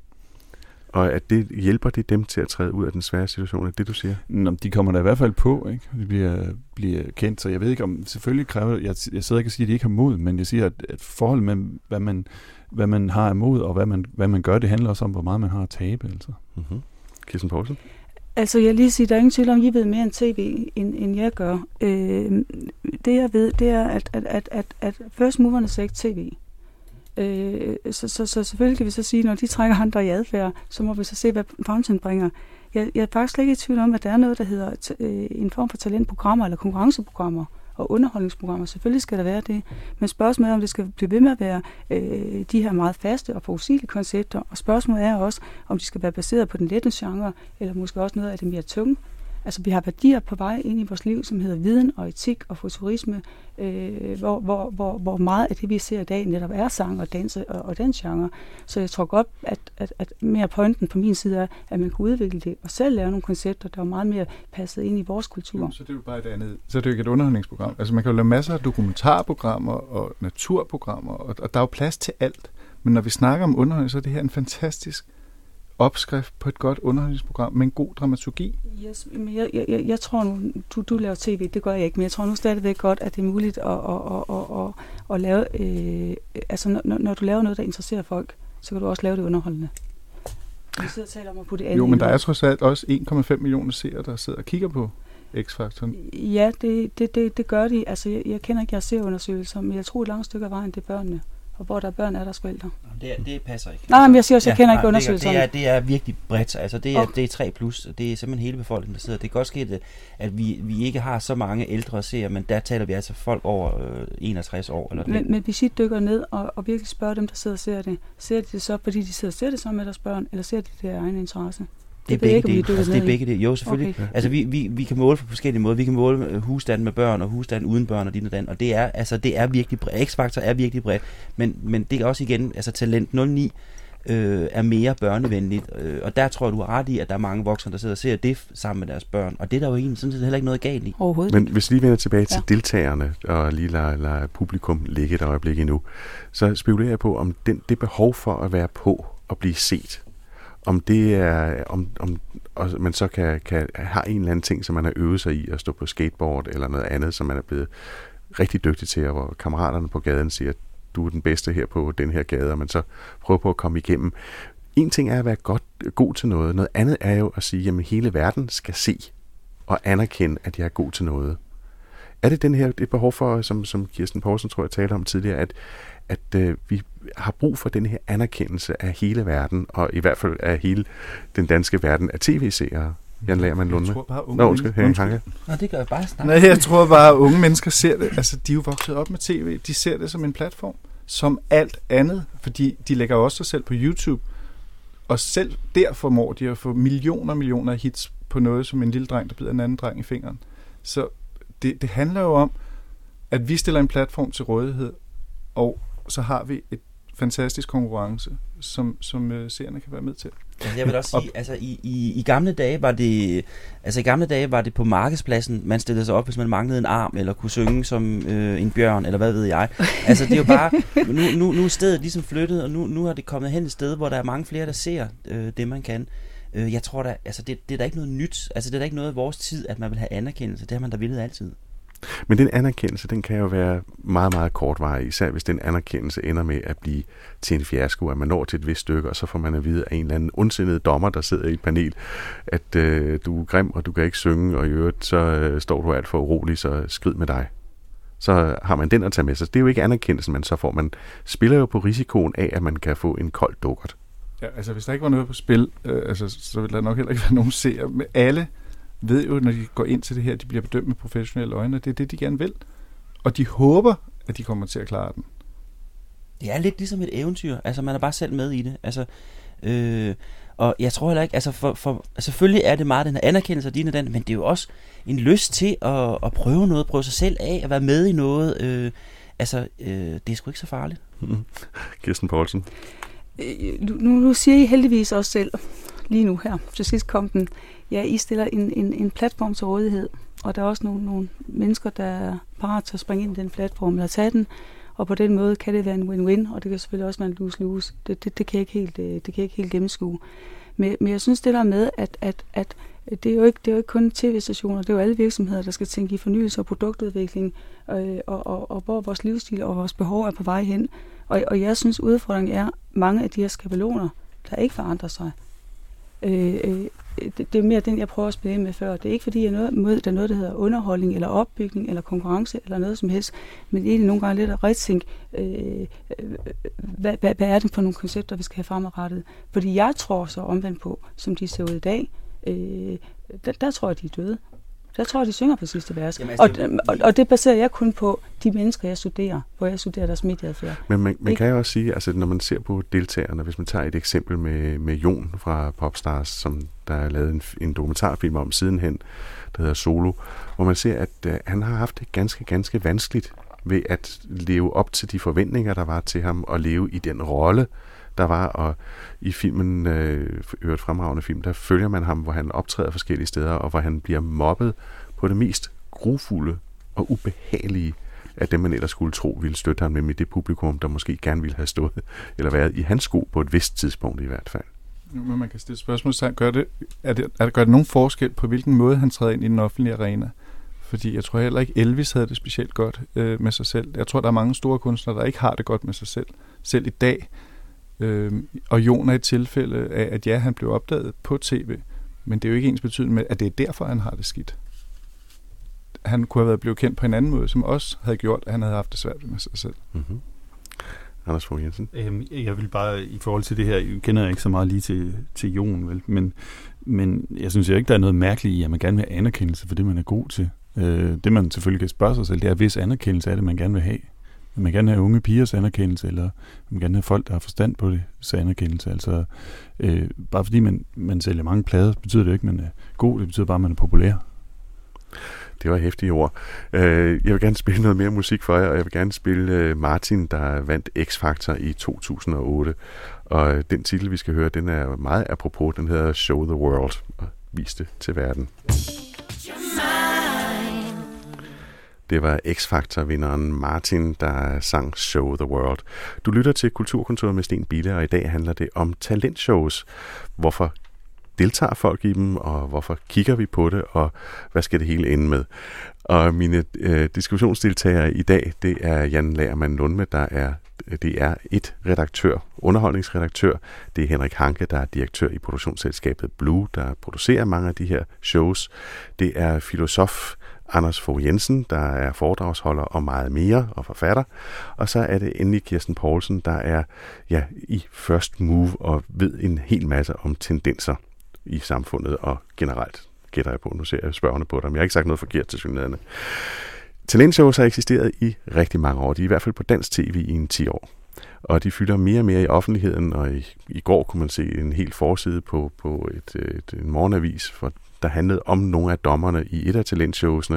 Og at det hjælper det dem til at træde ud af den svære situation, er det, du siger? Nå, de kommer der i hvert fald på, ikke? De bliver, bliver kendt, så jeg ved ikke om, selvfølgelig kræver, jeg, jeg sidder ikke og siger, at de ikke har mod, men jeg siger, at, at forholdet med, hvad man, hvad man har af mod, og hvad man, hvad man gør, det handler også om, hvor meget man har at tabe, altså. Mm-hmm. Kirsten Poulsen? Altså, jeg lige sige, der er ingen tvivl om, at I ved mere end tv, end, end jeg gør. Øh, det, jeg ved, det er, at, at, at, at, at first moverne ser ikke tv. Øh, så, så, så selvfølgelig kan vi så sige, når de trækker andre i adfærd, så må vi så se, hvad fremtiden bringer. Jeg, jeg er faktisk slet ikke i tvivl om, at der er noget, der hedder t- øh, en form for talentprogrammer eller konkurrenceprogrammer og underholdningsprogrammer. Selvfølgelig skal der være det, men spørgsmålet er, om det skal blive ved med at være øh, de her meget faste og forudsigelige koncepter, og spørgsmålet er også, om de skal være baseret på den lette genre, eller måske også noget af det mere tunge. Altså, vi har værdier på vej ind i vores liv, som hedder viden og etik og futurisme, øh, hvor, hvor, hvor, hvor meget af det, vi ser i dag, netop er sang og dans og, og den genre. Så jeg tror godt, at, at, at mere pointen på min side er, at man kan udvikle det og selv lave nogle koncepter, der er meget mere passet ind i vores kultur. Jo, så det er jo bare et andet. Så det er jo ikke et underholdningsprogram. Altså, man kan jo lave masser af dokumentarprogrammer og naturprogrammer, og, og der er jo plads til alt. Men når vi snakker om underholdning, så er det her en fantastisk opskrift på et godt underholdningsprogram med en god dramaturgi. Yes, men jeg, jeg, jeg tror nu, du, du laver tv, det gør jeg ikke, men jeg tror nu stadigvæk godt, at det er muligt at, at, at, at, at, at lave, øh, altså når, når du laver noget, der interesserer folk, så kan du også lave det underholdende. Vi sidder og taler om at putte det Jo, men der er trods alt også en komma fem millioner seere, der sidder og kigger på X-Factoren. Ja, det, det, det, det gør de. Altså, jeg, jeg kender ikke jeres seerundersøgelser, men jeg tror et langt stykke af vejen, det er børnene. Og hvor der er børn, er der forældre. Det, det passer ikke. Nej, men jeg siger også, jeg ja, kender nej, ikke undersøgelserne. Det er, det er virkelig bredt. Altså, det er, okay. det er tre plus. Det er simpelthen hele befolkningen, der sidder. Det kan godt ske, at vi, vi ikke har så mange ældre seere, men der taler vi altså folk over øh, enogtres år. Eller men, men hvis I dykker ned og, og virkelig spørger dem, der sidder og ser det, ser de det så, fordi de sidder og ser det sammen med deres børn, eller ser de det af egen interesse? Det er begge dele. Altså, det er begge dele. Jo, selvfølgelig. Okay. Altså, vi, vi, vi kan måle på forskellige måder. Vi kan måle husstanden med børn og husstanden uden børn og din og dan. Og det er, altså, det er virkelig bredt. X-Factor er virkelig bredt. Men, men det er også igen, altså Talent nul ni øh, er mere børnevenligt. Øh, og der tror jeg, du har ret i, at der er mange voksne, der sidder og ser det sammen med deres børn. Og det er der jo egentlig sådan set heller ikke noget galt i. Overhovedet. Men hvis vi lige vender tilbage til ja. deltagerne, og lige lader, lader publikum ligge et øjeblik endnu, så spekulerer jeg på, om den, det behov for at være på og blive set, om det er, om, om og man så kan, kan have en eller anden ting, som man har øvet sig i, at stå på skateboard eller noget andet, som man er blevet rigtig dygtig til, og hvor kammeraterne på gaden siger, at du er den bedste her på den her gade, og man så prøver på at komme igennem. En ting er at være godt, god til noget, noget andet er jo at sige, at hele verden skal se og anerkende, at jeg er god til noget. Er det den her, det behov for, som, som Kirsten Poulsen tror jeg talte om tidligere, at at øh, vi har brug for den her anerkendelse af hele verden, og i hvert fald af hele den danske verden af tv-seere. Jan Lagerman Lunde. Jeg tror bare, unge Nå, undskyld, mennesker... Nå, det gør jeg bare snart. Nej, jeg tror bare, at unge mennesker ser det. Altså, de er jo vokset op med tv. De ser det som en platform. Som alt andet. Fordi de lægger også sig selv på YouTube. Og selv der formår de at få millioner og millioner af hits på noget, som en lille dreng, der bider en anden dreng i fingeren. Så det, det handler jo om, at vi stiller en platform til rådighed, og så har vi et fantastisk konkurrence, som, som uh, seerne kan være med til. Altså, jeg vil også sige, altså i, i, i gamle dage var det, altså i gamle dage var det på markedspladsen, man stillede sig op, hvis man manglede en arm, eller kunne synge som øh, en bjørn, eller hvad ved jeg. Altså det er jo bare, nu, nu, nu er stedet ligesom flyttet, og nu, nu har det kommet hen et sted, hvor der er mange flere, der ser øh, det, man kan. Øh, jeg tror da, altså det, det er da ikke noget nyt, altså det er da ikke noget i vores tid, at man vil have anerkendelse, det har man da villet altid. Men den anerkendelse, den kan jo være meget, meget kortvarig, især hvis den anerkendelse ender med at blive til en fiasko, at man når til et vist stykke, og så får man at vide af en eller anden ondsindet dommer, der sidder i et panel, at øh, du er grim, og du kan ikke synge, og i øvrigt, så øh, står du alt for urolig, så skrid med dig. Så har man den at tage med sig. Det er jo ikke anerkendelsen, man så får. Man spiller jo på risikoen af, at man kan få en kold dukkert. Ja, altså hvis der ikke var noget på spil, øh, altså, så ville der nok heller ikke være nogen seere. Men alle ved jo, når de går ind til det her, de bliver bedømt med professionelle øjne, og det er det, de gerne vil. og de håber, at de kommer til at klare den. Det er lidt ligesom et eventyr. Altså, man er bare selv med i det. Altså, øh, og jeg tror heller ikke, altså, for, for, altså selvfølgelig er det meget den her anerkendelse af din og den, men det er jo også en lyst til at, at prøve noget, prøve sig selv af, at være med i noget. Øh, altså, øh, det er sgu ikke så farligt. Mm. Kirsten Poulsen. Nu, nu siger I heldigvis også selv, lige nu her, til sidst kom den, ja, I stiller en, en, en platform til rådighed, og der er også nogle, nogle mennesker, der er parat til at springe ind i den platform, eller tage den, og på den måde kan det være en win-win, og det kan selvfølgelig også være en lose-lose. Det, det, det, kan jeg ikke helt, det kan jeg ikke helt gennemskue. Men, men jeg synes det der med, at, at, at det, er jo ikke, det er jo ikke kun tv-stationer, det er jo alle virksomheder, der skal tænke i fornyelse og produktudvikling, øh, og, og, og hvor vores livsstil og vores behov er på vej hen. Og, og jeg synes, udfordringen er mange af de her skabeloner, der ikke forandrer sig. Øh, øh, det, det er mere den, jeg prøver at spille med før. Det er ikke, fordi jeg er noget mod, der er noget, der hedder underholdning, eller opbygning, eller konkurrence, eller noget som helst, men egentlig nogle gange lidt at retænke, øh, hvad, hvad, hvad er det for nogle koncepter, vi skal have fremadrettet. Fordi jeg tror så omvendt på, som de ser ud i dag, øh, der, der tror jeg, de er døde. Der tror jeg, de synger på sidste vers. Jamen, altså, og, og, og det baserer jeg kun på de mennesker, jeg studerer, hvor jeg studerer deres medieadfærd. Men man, man kan jo også sige, altså når man ser på deltagerne, hvis man tager et eksempel med, med Jon fra Popstars, som der er lavet en, en dokumentarfilm om sidenhen, der hedder Solo, hvor man ser, at uh, han har haft det ganske, ganske vanskeligt ved at leve op til de forventninger, der var til ham, og leve i den rolle, der var, og i filmen, øh, et fremragende film, der følger man ham, hvor han optræder forskellige steder, og hvor han bliver mobbet på det mest grufulde og ubehagelige af dem, man ellers skulle tro ville støtte ham, nemlig det publikum, der måske gerne ville have stået, eller været i hans sko på et vist tidspunkt i hvert fald. Men man kan stille spørgsmål, gør det, er det, er det, gør det nogen forskel på, hvilken måde han træder ind i den offentlige arena? Fordi jeg tror heller ikke, Elvis havde det specielt godt øh, med sig selv. Jeg tror, der er mange store kunstnere, der ikke har det godt med sig selv, selv i dag. Øhm, og Jon er et tilfælde af, at ja, han blev opdaget på tv, men det er jo ikke ens betydning med, at det er derfor, han har det skidt. Han kunne have været blevet kendt på en anden måde, som også havde gjort, at han havde haft det svært med sig selv. Mm-hmm. Anders Fogh Jensen? Øhm, jeg vil bare, i forhold til det her, jeg kender jeg ikke så meget lige til, til Jon, vel? Men, men jeg synes jo ikke, der er noget mærkeligt i, at man gerne vil have anerkendelse for det, man er god til. Øh, det, man selvfølgelig kan spørge sig selv, det er, hvis anerkendelse er det, man gerne vil have. Vil man gerne have unge pigers anerkendelse, eller vil man gerne have folk, der har forstand på det, så anerkendelse. Altså, øh, bare fordi man, man sælger mange plader, betyder det ikke, at man er god, det betyder bare, at man er populær. Det var hæftige ord. Jeg vil gerne spille noget mere musik for jer, og jeg vil gerne spille Martin, der vandt X-Factor i to tusind og otte. Og den titel, vi skal høre, den er meget apropos. Den hedder Show the World, og vis det til verden. Det var X-Factor-vinderen Martin, der sang Show the World. Du lytter til Kulturkontoret med Sten Bille, og i dag handler det om talentshows. Hvorfor deltager folk i dem, og hvorfor kigger vi på det, og hvad skal det hele ende med? Og mine øh, diskussionsdeltagere i dag, det er Jan Lagermann Lundme, der er det er et redaktør, underholdningsredaktør. Det er Henrik Hanke, der er direktør i produktionsselskabet Blue, der producerer mange af de her shows. Det er filosof Anders Fogh Jensen, der er foredragsholder og meget mere, og forfatter. Og så er det endelig Kirsten Poulsen, der er ja, i First Move og ved en hel masse om tendenser i samfundet og generelt. Gætter jeg på, nu ser jeg spørgende på dig, men jeg har ikke sagt noget forkert til synligheden. Talentshows har eksisteret i rigtig mange år. De er i hvert fald på dansk tv i en ti år. Og de fylder mere og mere i offentligheden, og i, i går kunne man se en helt forside på, på et, et, en morgenavis, for, der handlede om nogle af dommerne i et af talentshowsene.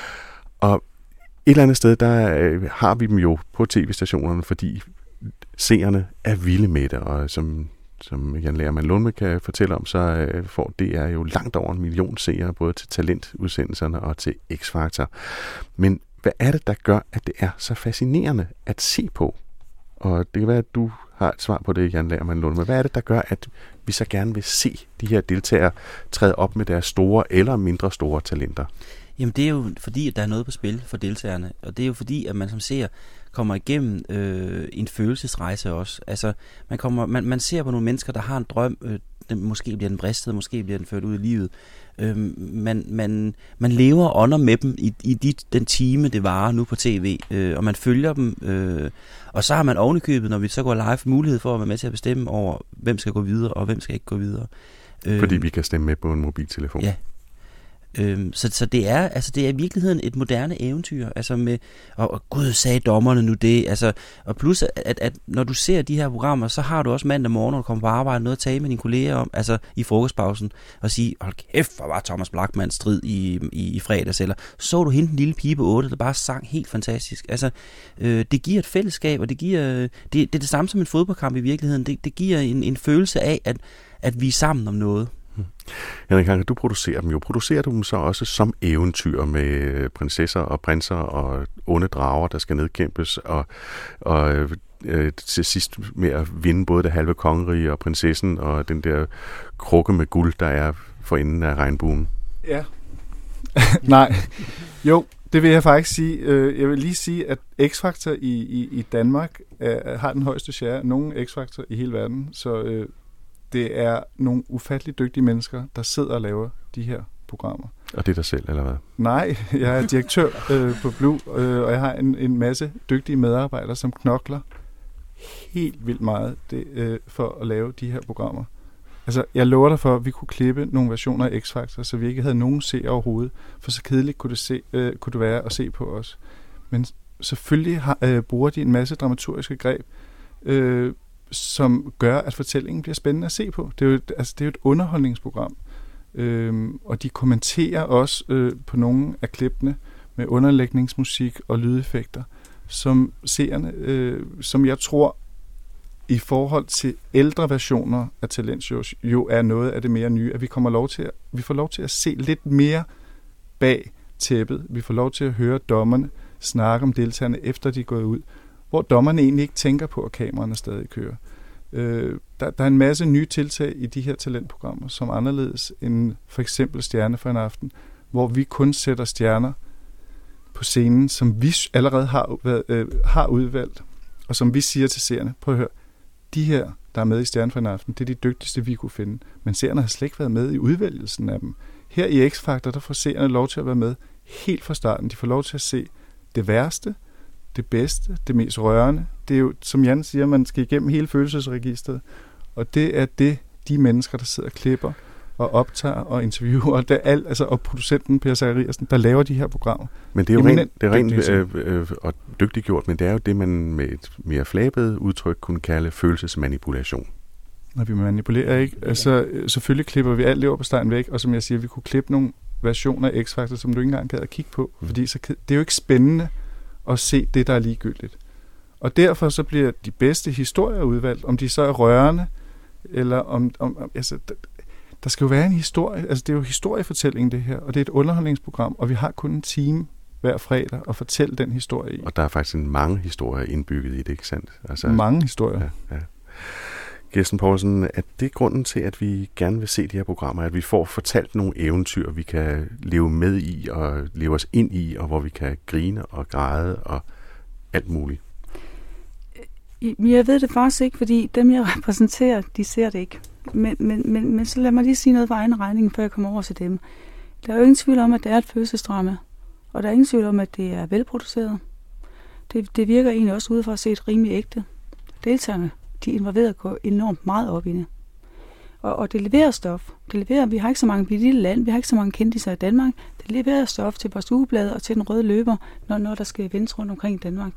Og et eller andet sted, der øh, har vi dem jo på tv-stationerne, fordi seerne er vilde med det, og som Som Jan Lagermann Lundme kan fortælle om, så øh, får det er jo langt over en million seere, både til talentudsendelserne og til X-Factor. Men hvad er det, der gør, at det er så fascinerende at se på? Og det kan være, at du har et svar på det, Jan Lagermann Lundme. Hvad er det, der gør, at vi så gerne vil se de her deltagere træde op med deres store eller mindre store talenter? Jamen det er jo fordi, at der er noget på spil for deltagerne, og det er jo fordi, at man som ser kommer igennem øh, en følelsesrejse også. Altså, man, kommer, man, man ser på nogle mennesker, der har en drøm, øh, den, måske bliver den bristet, måske bliver den ført ud i livet. Øh, man, man, man lever og ånder med dem i, i de, den time, det varer nu på tv, øh, og man følger dem, øh, og så har man ovenikøbet, når vi så går live, mulighed for at være med til at bestemme over, hvem skal gå videre, og hvem skal ikke gå videre. Øh, fordi vi kan stemme med på en mobiltelefon. Ja. Øhm, så, så det er altså det er i virkeligheden et moderne eventyr, altså med og, og gud sagde dommerne nu det, altså og plus at, at, at når du ser de her programmer, så har du også mandag morgen, når du kommer på arbejde, noget at tale med dine kolleger om, altså i frokostpausen og sige, hold kæft, hvor var Thomas Blachman strid i, i, i fredags, eller så du hende den lille pige på otte, der bare sang helt fantastisk. Altså øh, det giver et fællesskab, og det giver det, det er det samme som en fodboldkamp i virkeligheden. Det, det giver en, en følelse af at at vi er sammen om noget. Henrik Anker, du producerer dem jo. Producerer du dem så også som eventyr med prinsesser og prinser og onde drager, der skal nedkæmpes, og, og øh, til sidst med at vinde både det halve kongerige og prinsessen og den der krukke med guld, der er for enden af regnbuen? Ja. Nej. Jo, det vil jeg faktisk sige. Jeg vil lige sige, at X-Factor i, i, i Danmark er, har den højeste share af nogen X-Factor i hele verden, så øh, det er nogle ufattelig dygtige mennesker, der sidder og laver de her programmer. Og det er dig selv, eller hvad? Nej, jeg er direktør øh, på Blue, øh, og jeg har en, en masse dygtige medarbejdere, som knokler helt vildt meget det, øh, for at lave de her programmer. Altså, jeg lover dig for, at vi kunne klippe nogle versioner af X-Factor, så vi ikke havde nogen se overhovedet, for så kedeligt kunne det, se, øh, kunne det være at se på os. Men selvfølgelig har, øh, bruger de en masse dramaturgiske greb, øh, som gør, at fortællingen bliver spændende at se på. Det er jo et, altså, det er jo et underholdningsprogram. Øhm, og de kommenterer også øh, på nogle af klippene med underlægningsmusik og lydeffekter, som seerne, øh, som jeg tror, i forhold til ældre versioner af talentshows, jo er noget af det mere nye, at vi kommer lov til at, vi får lov til at se lidt mere bag tæppet. Vi får lov til at høre dommerne snakke om deltagerne, efter de er gået ud, hvor dommerne egentlig ikke tænker på, at kameraerne stadig kører. Øh, der, der er en masse nye tiltag i de her talentprogrammer, som er anderledes end for eksempel Stjerne for en aften, hvor vi kun sætter stjerner på scenen, som vi allerede har, været, øh, har udvalgt, og som vi siger til seerne, prøv at høre, de her, der er med i Stjerne for en aften, det er de dygtigste, vi kunne finde, men seerne har slet ikke været med i udvælgelsen af dem. Her i X-Factor, der får seerne lov til at være med helt fra starten. De får lov til at se det værste, det bedste, det mest rørende. Det er jo, som Jan siger, man skal igennem hele følelsesregistret. Og det er det, de mennesker, der sidder og klipper og optager og interviewer, og, det alt, altså, og producenten Per Zachariasen, der laver de her programmer. Men det er jo rent, det er rent øh, øh, og dygtigt gjort, men det er jo det, man med et mere flabet udtryk kunne kalde følelsesmanipulation. Når vi manipulerer ikke. Altså, selvfølgelig klipper vi alt leverpostejen væk, og som jeg siger, vi kunne klippe nogle versioner af X-Factor, som du ikke engang gad at kigge på, mm. fordi så, det er jo ikke spændende at se det, der er ligegyldigt. Og derfor så bliver de bedste historier udvalgt, om de så er rørende, eller om, om altså, der, der skal jo være en historie, altså det er jo historiefortælling det her, og det er et underholdningsprogram, og vi har kun en time hver fredag at fortælle den historie i. Og der er faktisk en mange historier indbygget i det, ikke sandt? Altså, mange historier. Ja, ja. Kirsten Poulsen, er det grunden til, at vi gerne vil se de her programmer, at vi får fortalt nogle eventyr, vi kan leve med i og leve os ind i, og hvor vi kan grine og græde og alt muligt? Jeg ved det faktisk ikke, fordi dem, jeg repræsenterer, de ser det ikke. Men, men, men, men så lad mig lige sige noget for egen regning, før jeg kommer over til dem. Der er jo ingen tvivl om, at det er et følelsesdrama, og der er ingen tvivl om, at det er velproduceret. Det, det virker egentlig også udefra at se et rimelig ægte. Deltagerne, de er involveret går enormt meget op i det. Og, og det leverer stof. Det leverer, vi har ikke så mange i lille land, vi har ikke så mange kendiser i Danmark. Det leverer stof til vores ugeblade og til den røde løber, når, når der skal vendes rundt omkring i Danmark.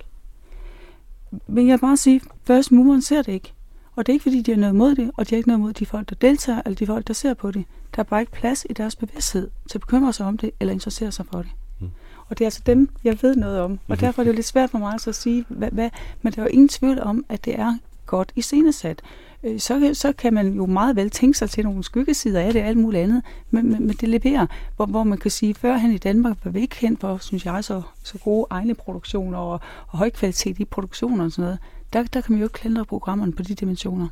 Men jeg vil bare sige, First Moveren ser det ikke. Og det er ikke, fordi de har noget mod det, og de har ikke noget mod de folk, der deltager, eller de folk, der ser på det. Der er bare ikke plads i deres bevidsthed til at bekymre sig om det, eller interessere sig for det. Mm. Og det er altså dem, jeg ved noget om. Og derfor er det jo lidt svært for mig at sige, hvad, hvad, men der er jo ingen tvivl om, at det er godt iscenesat. Så, så kan man jo meget vel tænke sig til nogle skyggesider af det og alt muligt andet, men, men, men det leverer, hvor, hvor man kan sige, førhen i Danmark var vi ikke kendt for, synes jeg, så, så gode egne produktioner og, og høj kvalitet i produktioner og sådan noget. Der, der kan man jo ikke klandre programmerne på de dimensioner.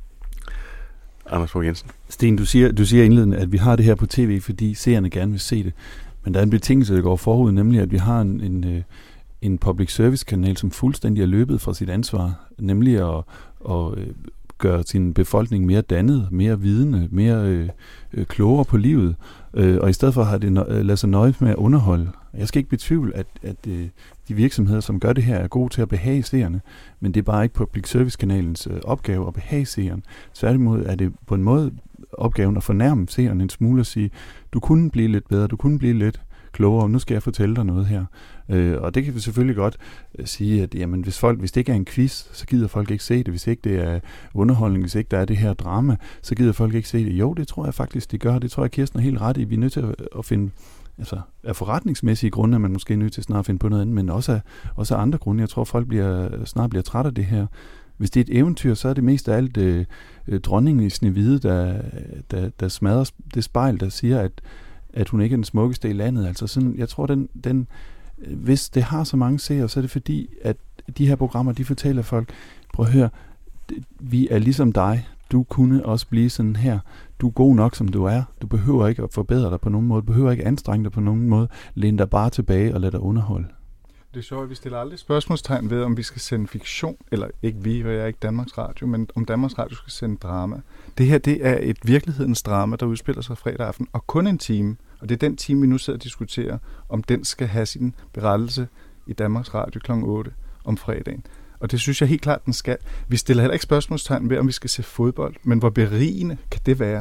Anders Fogh Jensen. Sten, du siger, du siger indledende, at vi har det her på tv, fordi seerne gerne vil se det. Men der er en betingelse, der går forud, nemlig at vi har en, en, en public service kanal, som fuldstændig er løbet fra sit ansvar, nemlig at, at gøre sin befolkning mere dannet, mere vidende, mere øh, øh, klogere på livet, øh, og i stedet for har det nø- lade sig nøje med at underholde. Jeg skal ikke betvivle, at, at øh, de virksomheder, som gør det her, er gode til at behage seerne, men det er bare ikke public service kanalens øh, opgave at behage seeren. Tværtimod er det på en måde opgaven at fornærme seeren en smule og sige, du kunne blive lidt bedre, du kunne blive lidt klogere, nu skal jeg fortælle dig noget her. Øh, og det kan vi selvfølgelig godt øh, sige, at jamen, hvis, folk, hvis det ikke er en quiz, så gider folk ikke se det. Hvis ikke det er underholdning, hvis ikke der er det her drama, så gider folk ikke se det. Jo, det tror jeg faktisk, det gør. Det tror jeg, Kirsten er helt ret i. Vi er nødt til at, at finde, altså af forretningsmæssige grunde, er man måske nødt til snart at finde på noget andet, men også af, også af andre grunde. Jeg tror, folk bliver, snart bliver trætte af det her. Hvis det er et eventyr, så er det mest af alt øh, dronningen i Snehvide, der, der, der smadrer det spejl, der siger, at at hun ikke er den smukkeste i landet. Altså sådan, jeg tror, den, den, hvis det har så mange seere, så er det fordi, at de her programmer, de fortæller folk, prøv at høre, vi er ligesom dig. Du kunne også blive sådan her. Du er god nok, som du er. Du behøver ikke at forbedre dig på nogen måde. Du behøver ikke at anstrenge dig på nogen måde. Læn dig bare tilbage og lad dig underholde. Det er sjovt, at vi stiller aldrig spørgsmålstegn ved, om vi skal sende fiktion, eller ikke vi, for jeg er ikke Danmarks Radio, men om Danmarks Radio skal sende drama. Det her, det er et virkelighedens drama, der udspiller sig fredag aften, og kun en time. Og det er den time, vi nu sidder og diskuterer, om den skal have sin berettelse i Danmarks Radio klokken otte om fredagen. Og det synes jeg helt klart, den skal. Vi stiller heller ikke spørgsmålstegn ved, om vi skal se fodbold, men hvor berigende kan det være?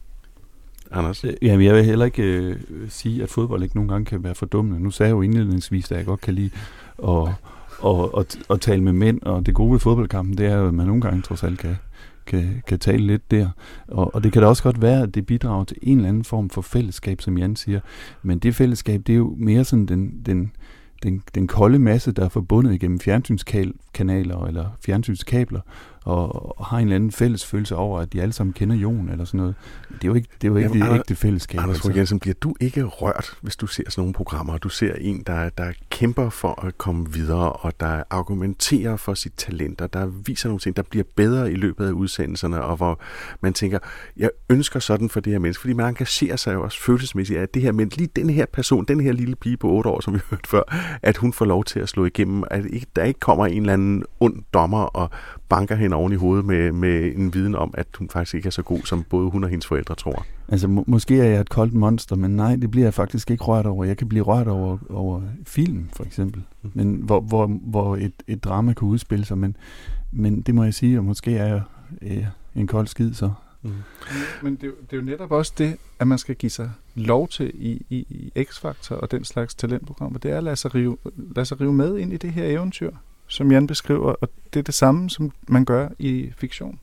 Anders? Jamen, jeg vil heller ikke øh, sige, at fodbold ikke nogle gange kan være fordummende. Nu sagde jeg jo indledningsvis, at jeg godt kan lide at, at, at, at tale med mænd, og det gode ved fodboldkampen, det er jo, at man nogle gange trods alt kan, kan, kan tale lidt der. Og, og det kan da også godt være, at det bidrager til en eller anden form for fællesskab, som Jan siger. Men det fællesskab, det er jo mere sådan den, den, den, den kolde masse, der er forbundet igennem fjernsynskanaler eller fjernsynskabler, og, og har en eller anden fælles følelse over, at de alle sammen kender Jon eller sådan noget. Det er jo ikke det, er jo ikke Jamen, det ægte fællesskab. Anders Fogh Jensen, bliver du ikke rørt, hvis du ser sådan nogle programmer, og du ser en, der, der kæmper for at komme videre, og der argumenterer for sit talenter, der viser nogle ting, der bliver bedre i løbet af udsendelserne, og hvor man tænker, jeg ønsker sådan for det her menneske, fordi man engagerer sig jo også følelsesmæssigt af det her, men lige den her person, den her lille pige på otte år, som vi hørte før, at hun får lov til at slå igennem, at der ikke kommer en eller anden ond dommer og banker hende oven i hovedet med, med en viden om, at hun faktisk ikke er så god, som både hun og hendes forældre tror. Altså, må, måske er jeg et koldt monster, men nej, det bliver jeg faktisk ikke rørt over. Jeg kan blive rørt over, over film, for eksempel, mm. men hvor, hvor, hvor et, et drama kan udspille sig, men, men det må jeg sige, og måske er jeg øh, en kold skid, så. Mm. Men det er, jo, det er jo netop også det, at man skal give sig lov til i, i, i X-Factor og den slags talentprogrammer. Det er at lade sig, rive, lade sig rive med ind i det her eventyr, som Jan beskriver, og det er det samme, som man gør i fiktion.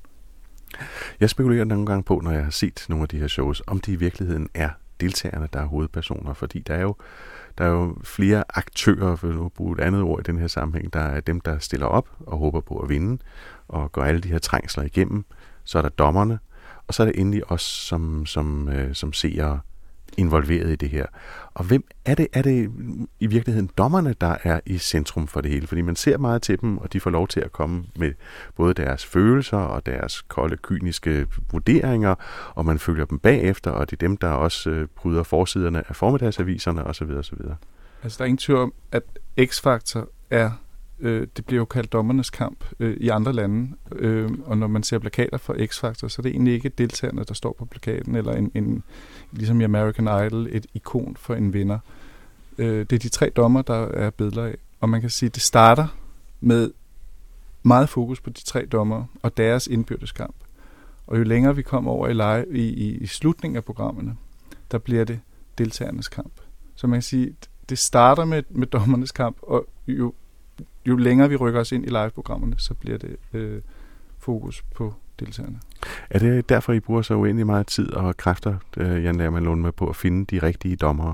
Jeg spekulerer nogle gange på, når jeg har set nogle af de her shows, om de i virkeligheden er deltagerne, der er hovedpersoner, fordi der er jo, der er jo flere aktører, for at bruge et andet ord i den her sammenhæng. Der er dem, der stiller op og håber på at vinde, og går alle de her trængsler igennem. Så er der dommerne, og så er der endelig os som, som, øh, som seere involveret i det her. Og hvem er det, er det i virkeligheden dommerne, der er i centrum for det hele? Fordi man ser meget til dem, og de får lov til at komme med både deres følelser og deres kolde, kyniske vurderinger, og man følger dem bagefter, og det er dem, der også øh, bryder forsiderne af formiddagsaviserne osv. osv. Altså, der er ingen tvivl om, at X-Factor er Øh, det bliver jo kaldt dommernes kamp øh, i andre lande, øh, og når man ser plakater for X-Factor, så er det egentlig ikke deltagerne, der står på plakaten, eller en, en, ligesom i American Idol, et ikon for en vinder. Øh, det er de tre dommer, der er billeder af, og man kan sige, at det starter med meget fokus på de tre dommer og deres indbyrdes kamp. Og jo længere vi kommer over i, live, i, i, i slutningen af programmerne, der bliver det deltagernes kamp. Så man kan sige, det starter med, med dommernes kamp, og jo Jo længere vi rykker os ind i live-programmerne, så bliver det øh, fokus på deltagerne. Er det derfor, I bruger så uendelig meget tid og kræfter, øh, Jan Lerman Lund, med på at finde de rigtige dommere?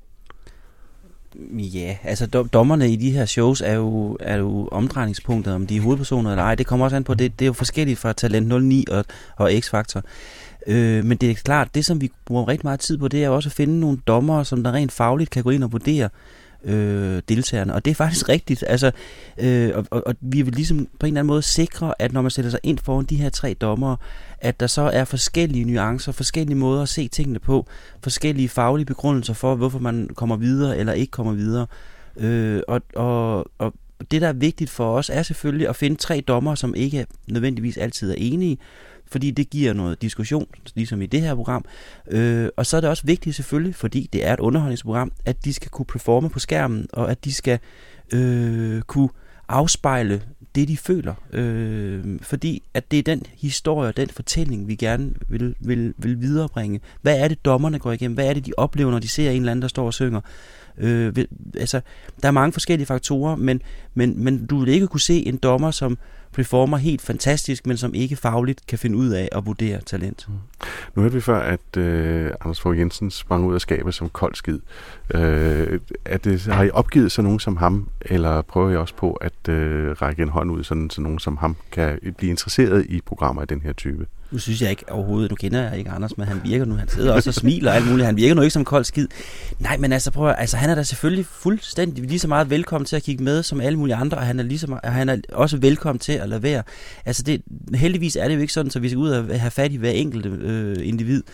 Ja, altså dom- dommerne i de her shows er jo, er jo omdrejningspunktet, om de er hovedpersoner eller ej. Det kommer også an på, det, det er jo forskelligt fra Talent nul ni og, og X-Factor. Øh, men det er klart, det som vi bruger rigtig meget tid på, det er jo også at finde nogle dommere, som der rent fagligt kan gå ind og vurdere Øh, deltagerne, og det er faktisk rigtigt, altså, øh, og, og, og vi vil ligesom på en eller anden måde sikre, at når man sætter sig ind foran de her tre dommere, at der så er forskellige nuancer, forskellige måder at se tingene på, forskellige faglige begrundelser for, hvorfor man kommer videre eller ikke kommer videre, øh, og, og, og det der er vigtigt for os, er selvfølgelig at finde tre dommere, som ikke nødvendigvis altid er enige, fordi det giver noget diskussion, ligesom i det her program. Øh, og så er det også vigtigt selvfølgelig, fordi det er et underholdningsprogram, at de skal kunne performe på skærmen, og at de skal øh, kunne afspejle det, de føler. Øh, fordi at det er den historie, den fortælling, vi gerne vil, vil, vil viderebringe. Hvad er det, dommerne går igennem? Hvad er det, de oplever, når de ser en eller anden, der står og synger? Øh, vil, altså, der er mange forskellige faktorer, men, men, men du vil ikke kunne se en dommer, som performer helt fantastisk, men som ikke fagligt kan finde ud af at vurdere talent. Mm. Nu hørte vi før, at øh, Anders Fogh Jensen sprang ud af skabet som kold skid. Øh, er det, har I opgivet så nogen som ham, eller prøver I også på at øh, række en hånd ud, sådan, så nogen som ham kan blive interesseret i programmer af den her type? Nu synes jeg ikke overhovedet, nu kender jeg ikke Anders, men han virker nu, han sidder også og smiler og alt muligt, han virker nu ikke som kold skid. Nej, men altså prøv at, altså han er da selvfølgelig fuldstændig lige så meget velkommen til at kigge med som alle mulige andre, og han er, lige så meget, han er også velkommen til at lade være. Altså det, heldigvis er det jo ikke sådan, så vi skal ud og have fat i hver enkelt øh, individ.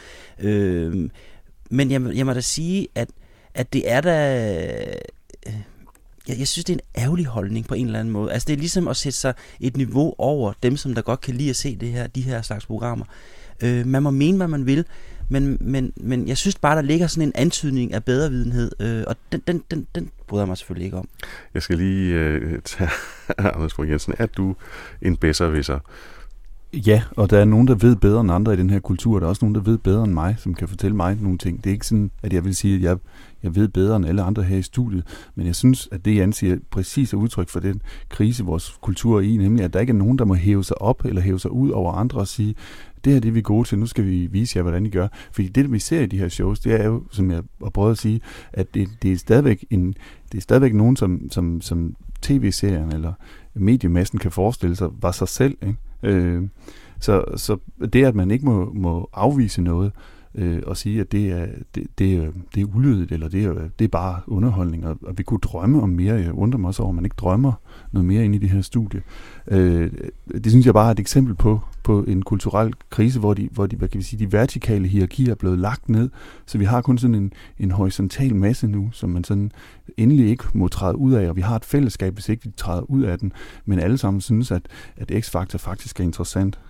Øh, men jeg, jeg må da sige, at, at det er da... Øh, Jeg, jeg synes, det er en ærgerlig holdning på en eller anden måde. Altså, det er ligesom at sætte sig et niveau over dem, som der godt kan lide at se det her, de her slags programmer. Øh, man må mene, hvad man vil, men, men, men jeg synes bare, der ligger sådan en antydning af bedrevidenhed, øh, og den, den, den, den bryder jeg mig selvfølgelig ikke om. Jeg skal lige øh, tage Anders Fogh Jensen. Er du en bedservisser? Ja, og der er nogen, der ved bedre end andre i den her kultur. Der er også nogen, der ved bedre end mig, som kan fortælle mig nogle ting. Det er ikke sådan, at jeg vil sige, at jeg, jeg ved bedre end alle andre her i studiet. Men jeg synes, at det, jeg ansiger, præcis er udtryk for den krise, vores kultur er i, nemlig at der ikke er nogen, der må hæve sig op eller hæve sig ud over andre og sige, det her det er vi gode til, nu skal vi vise jer, hvordan I gør. Fordi det, vi ser i de her shows, det er jo, som jeg har prøvet at sige, at det, det, er, stadigvæk en, det er stadigvæk nogen, som, som, som tv-serien eller mediemassen kan forestille sig, var sig selv, ikke? Øh, så, så det, at man ikke må, må afvise noget øh, og sige, at det er, det, det er, det er ulydigt, eller det er, det er bare underholdning, og, og vi kunne drømme om mere. Jeg undrer mig også over, at man ikke drømmer noget mere ind i det her studie. Øh, det synes jeg bare er et eksempel på, på en kulturel krise, hvor, de, hvor de, hvad kan vi sige, de vertikale hierarkier er blevet lagt ned, så vi har kun sådan en, en horisontal masse nu, som man sådan endelig ikke må træde ud af, og vi har et fællesskab, hvis ikke vi træder ud af den, men alle sammen synes, at, at X-Factor faktisk er interessant.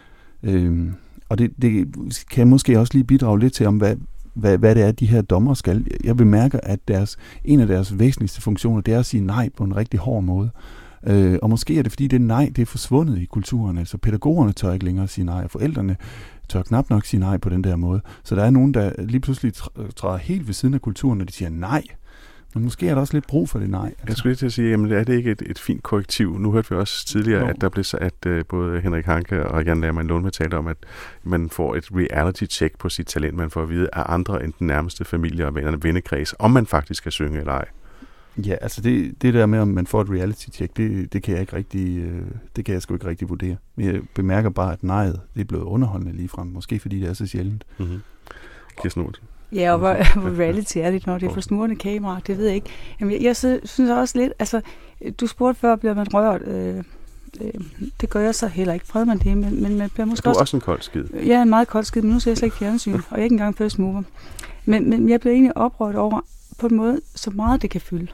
Øh, og det, det kan måske også lige bidrage lidt til, om hvad, hvad, hvad det er, de her dommer skal. Jeg bemærker, at deres, en af deres væsentligste funktioner, det er at sige nej på en rigtig hård måde. Øh, og måske er det, fordi det nej, det er forsvundet i kulturen. Altså pædagogerne tør ikke længere sige nej, og forældrene tør knap nok sige nej på den der måde. Så der er nogen, der lige pludselig træder helt ved siden af kulturen, når de siger nej. Men måske er der også lidt brug for det nej. Altså. Jeg skulle lige til at sige, jamen er det ikke et, et fint korrektiv? Nu hørte vi også tidligere, no. at der blev så, at uh, både Henrik Hanke og Jan Lermann Lundme talte om, at man får et reality-check på sit talent. Man får at vide af andre end den nærmeste familie og vennerne vennekreds, om man faktisk skal synge eller ej. Ja, altså det, det der med, om man får et reality-check, det, det kan jeg ikke rigtig, øh, det kan jeg sgu ikke rigtig vurdere. Men jeg bemærker bare, at nejet, det er blevet underholdende ligefrem. Måske fordi det er så sjældent. Mm-hmm. Kirsten Olsen. Ja, og hvor, hvor reality er det, når det er for snurrende kamera, det ved jeg ikke. Jamen, jeg, jeg synes også lidt, altså, du spurgte før, bliver man rørt? Øh, øh, det gør jeg så heller ikke. Fred man det, men, men man bliver måske er du også... også en kold skid? Ja, en meget kold skid, men nu ser jeg slet ikke fjernsyn, og jeg er ikke engang first mover. Men, men jeg bliver egentlig oprørt over, på en måde, så meget det kan fylde.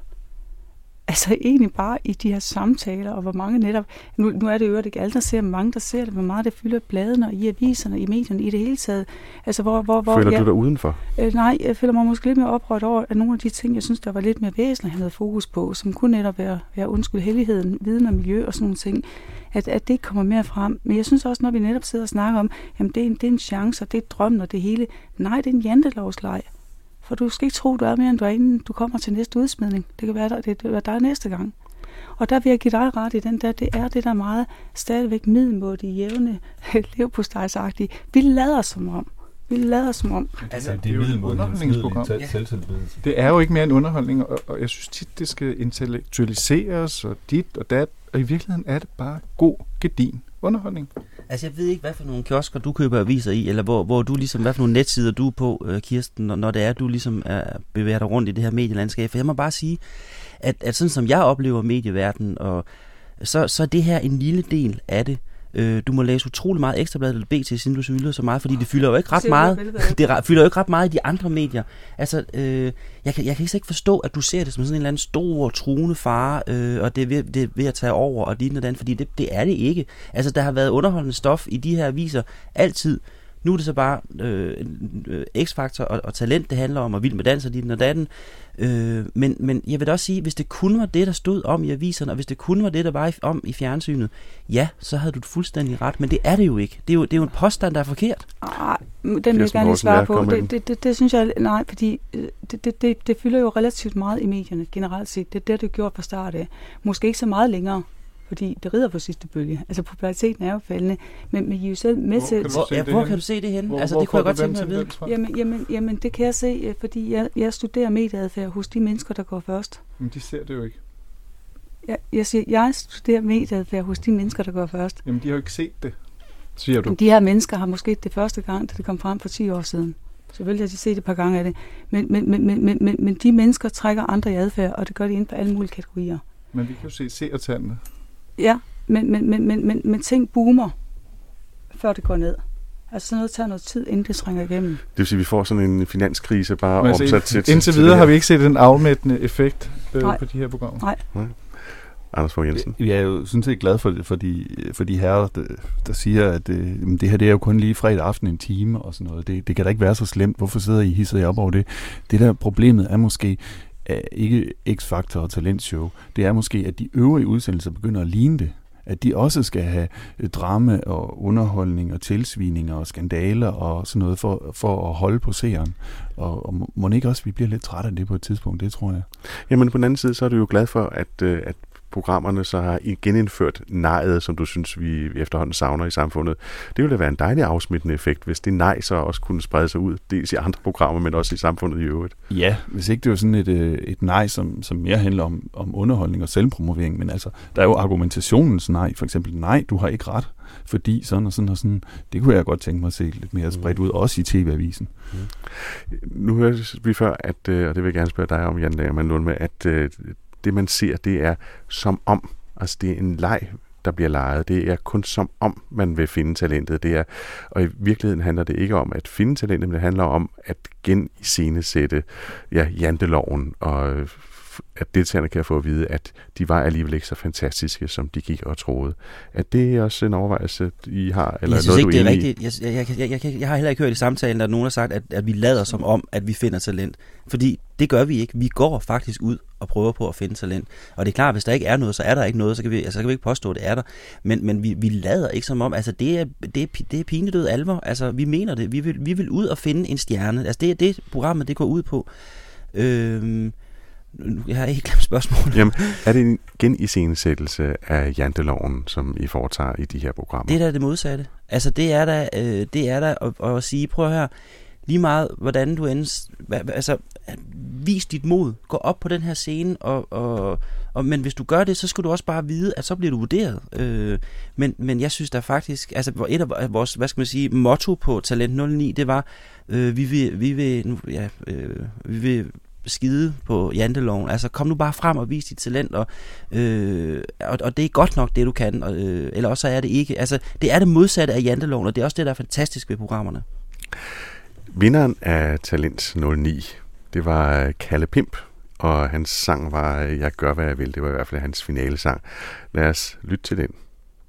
Altså egentlig bare i de her samtaler, og hvor mange netop, nu, nu er det jo ikke alle, der ser, mange der ser det, hvor meget det fylder bladene, og i aviserne, i medierne, i det hele taget. Altså, hvor, hvor, hvor, føler ja, du dig udenfor? Øh, nej, jeg føler mig måske lidt mere oprørt over, at nogle af de ting, jeg synes, der var lidt mere væsentligt, han havde fokus på, som kunne netop være, være undskyld helligheden, viden og miljø og sådan nogle ting, at, at det ikke kommer mere frem. Men jeg synes også, når vi netop sidder og snakker om, jamen det er en, det er en chance, og det er drømmen og det hele. Nej, det er en jantelovsleg. For du skal ikke tro, du er mere, end du er, inden du kommer til næste udsmidning. Det kan være, der, det, det er dig næste gang. Og der vil jeg give dig ret i den der, det er det der meget stadigvæk middelmådige, jævne, levpostejsagtige. Vi lader som om. Vi lader som om. Altså, det er jo et underholdningsprogram. Det er jo ikke mere en underholdning, og, og jeg synes tit, det skal intellektualiseres, og dit og dat, og i virkeligheden er det bare god, gedin underholdning. Altså, jeg ved ikke, hvad for nogle kiosker du køber aviser i, eller hvor, hvor du ligesom, hvad for nogle netsider du er på, Kirsten, når, når det er, du ligesom er, bevæger dig rundt i det her medielandskab. For jeg må bare sige, at, at sådan som jeg oplever medieverdenen, og så, så er det her en lille del af det. Øh, du må læse utrolig meget Ekstrabladet eller B T, siden du fylder så meget, fordi det fylder jo ikke ret meget. Det fylder jo ikke ret meget i de andre medier. Altså, øh, jeg kan jeg kan ikke forstå, at du ser det som sådan en eller anden stor truende fare, øh, og det er, ved, det er ved at tage over og lignende den, fordi det, det er det ikke. Altså, der har været underholdende stof i de her aviser altid. Nu er det så bare øh, øh, X-faktor og, og talent, det handler om, og Vild med dans og dit og datten. Øh, men, men jeg vil da også sige, hvis det kun var det, der stod om i aviserne, og hvis det kun var det, der var i, om i fjernsynet, ja, så havde du fuldstændig ret. Men det er det jo ikke. Det er jo, det er jo en påstand, der er forkert. Ah, den vil jeg gerne lige svare på. Det, det, det, det synes jeg, nej, fordi det, det, det, det fylder jo relativt meget i medierne generelt set. Det er det, det gjort fra start af. Måske ikke så meget længere, fordi det rider på sidste bølge. Altså populariteten er jo faldende, men, men I er jo selv med til... Hvor, ja, hvor kan du se det henne? Hvor, altså det kunne jeg godt tænke mig at vide. Jamen, jamen, jamen det kan jeg se, fordi jeg, jeg studerer medieadfærd hos de mennesker, der går først. Men de ser det jo ikke. Jeg, jeg siger, jeg studerer medieadfærd hos de mennesker, der går først. Jamen de har jo ikke set det, siger du. Men de her mennesker har måske det første gang, da det kom frem for ti år siden. Selvfølgelig har de set et par gange af det. Men, men, men, men, men, men de mennesker trækker andre i adfærd, og det gør de inden på alle mulige kategorier. Men vi kan jo se seertallene. Ja, men, men, men, men, men, men ting boomer, før det går ned. Altså sådan noget tager noget tid, inden det trænger igennem. Det vil sige, at vi får sådan en finanskrise bare altså, omsat til... til indtil videre har vi ikke set den afmættende effekt øh, på de her programmer. Nej. Nej. Anders Fogh Jensen. Jeg er jo sådan set glad for, for, de, for de herrer, der, der siger, at øh, det her det er jo kun lige fredag aften en time og sådan noget. Det, det kan da ikke være så slemt. Hvorfor sidder I hisser I op over det? Det der problemet er måske er ikke X-faktor og talentshow. Det er måske, at de øvrige udsendelser begynder at ligne det. At de også skal have drama og underholdning og tilsvininger og skandaler og sådan noget for, for at holde på seeren. Og, og må ikke også, vi bliver lidt trætte af det på et tidspunkt, det tror jeg. Jamen på den anden side, så er du jo glad for, at, at programmerne så har genindført nejet, som du synes, vi efterhånden savner i samfundet. Det ville da være en dejlig afsmittende effekt, hvis det nej så også kunne sprede sig ud, dels i andre programmer, men også i samfundet i øvrigt. Ja, hvis ikke det var sådan et, et nej, som, som mere handler om, om underholdning og selvpromovering, men altså, der er jo argumentationens nej, for eksempel, nej, du har ikke ret, fordi sådan og sådan og sådan, det kunne jeg godt tænke mig at se lidt mere spredt ud, også i T V-avisen. Mm. Nu hørte vi før, at, og det vil jeg gerne spørge dig om, Jan Lagerman Lund, med, at det man ser, det er som om, altså det er en leg, der bliver leget. Det er kun som om, man vil finde talentet. Det er, og i virkeligheden handler det ikke om at finde talentet, men det handler om at geniscenesætte ja, janteloven, og at deltagerne kan få at vide, at de var alligevel ikke så fantastiske, som de gik og troede. Er det også en overvejelse, I har? Eller jeg synes noget, ikke, du det er er rigtigt. Jeg, jeg, jeg, jeg, jeg, jeg har heller ikke hørt i samtalen, at nogen har sagt, at, at vi lader som om, at vi finder talent. Fordi det gør vi ikke. Vi går faktisk ud og prøver på at finde talent. Og det er klart, hvis der ikke er noget, så er der ikke noget, så kan vi, altså, så kan vi ikke påstå, at det er der. Men, men vi, vi lader ikke som om, altså det er, det er, det er pinedød alvor. Altså vi mener det. Vi vil, vi vil ud og finde en stjerne. Altså det er det, programmet det går ud på. Øhm, Jeg har ikke glemt spørgsmålet. Jamen, er det en geniscenesættelse af janteloven, som I foretager i de her programmer? Det er da det modsatte. Altså det er da, øh, det er da at, at sige, prøv her, lige meget hvordan du ends, altså vis dit mod, gå op på den her scene, og, og, og, men hvis du gør det, så skal du også bare vide, at så bliver du vurderet. Øh, men, men jeg synes der faktisk, altså et af vores, hvad skal man sige, motto på Talent nul ni, det var, øh, vi vil, vi vil, ja, øh, vi vil skide på janteloven. Altså kom nu bare frem og vis dit talent, og, øh, og, og det er godt nok det du kan, og, øh, eller også er det ikke. Altså det er det modsatte af janteloven, og det er også det der er fantastisk ved programmerne. Vinderen af Talent nul ni, det var Kalle Pimp, og hans sang var Jeg gør hvad jeg vil. Det var i hvert fald hans finalesang. Lad os lytte til den.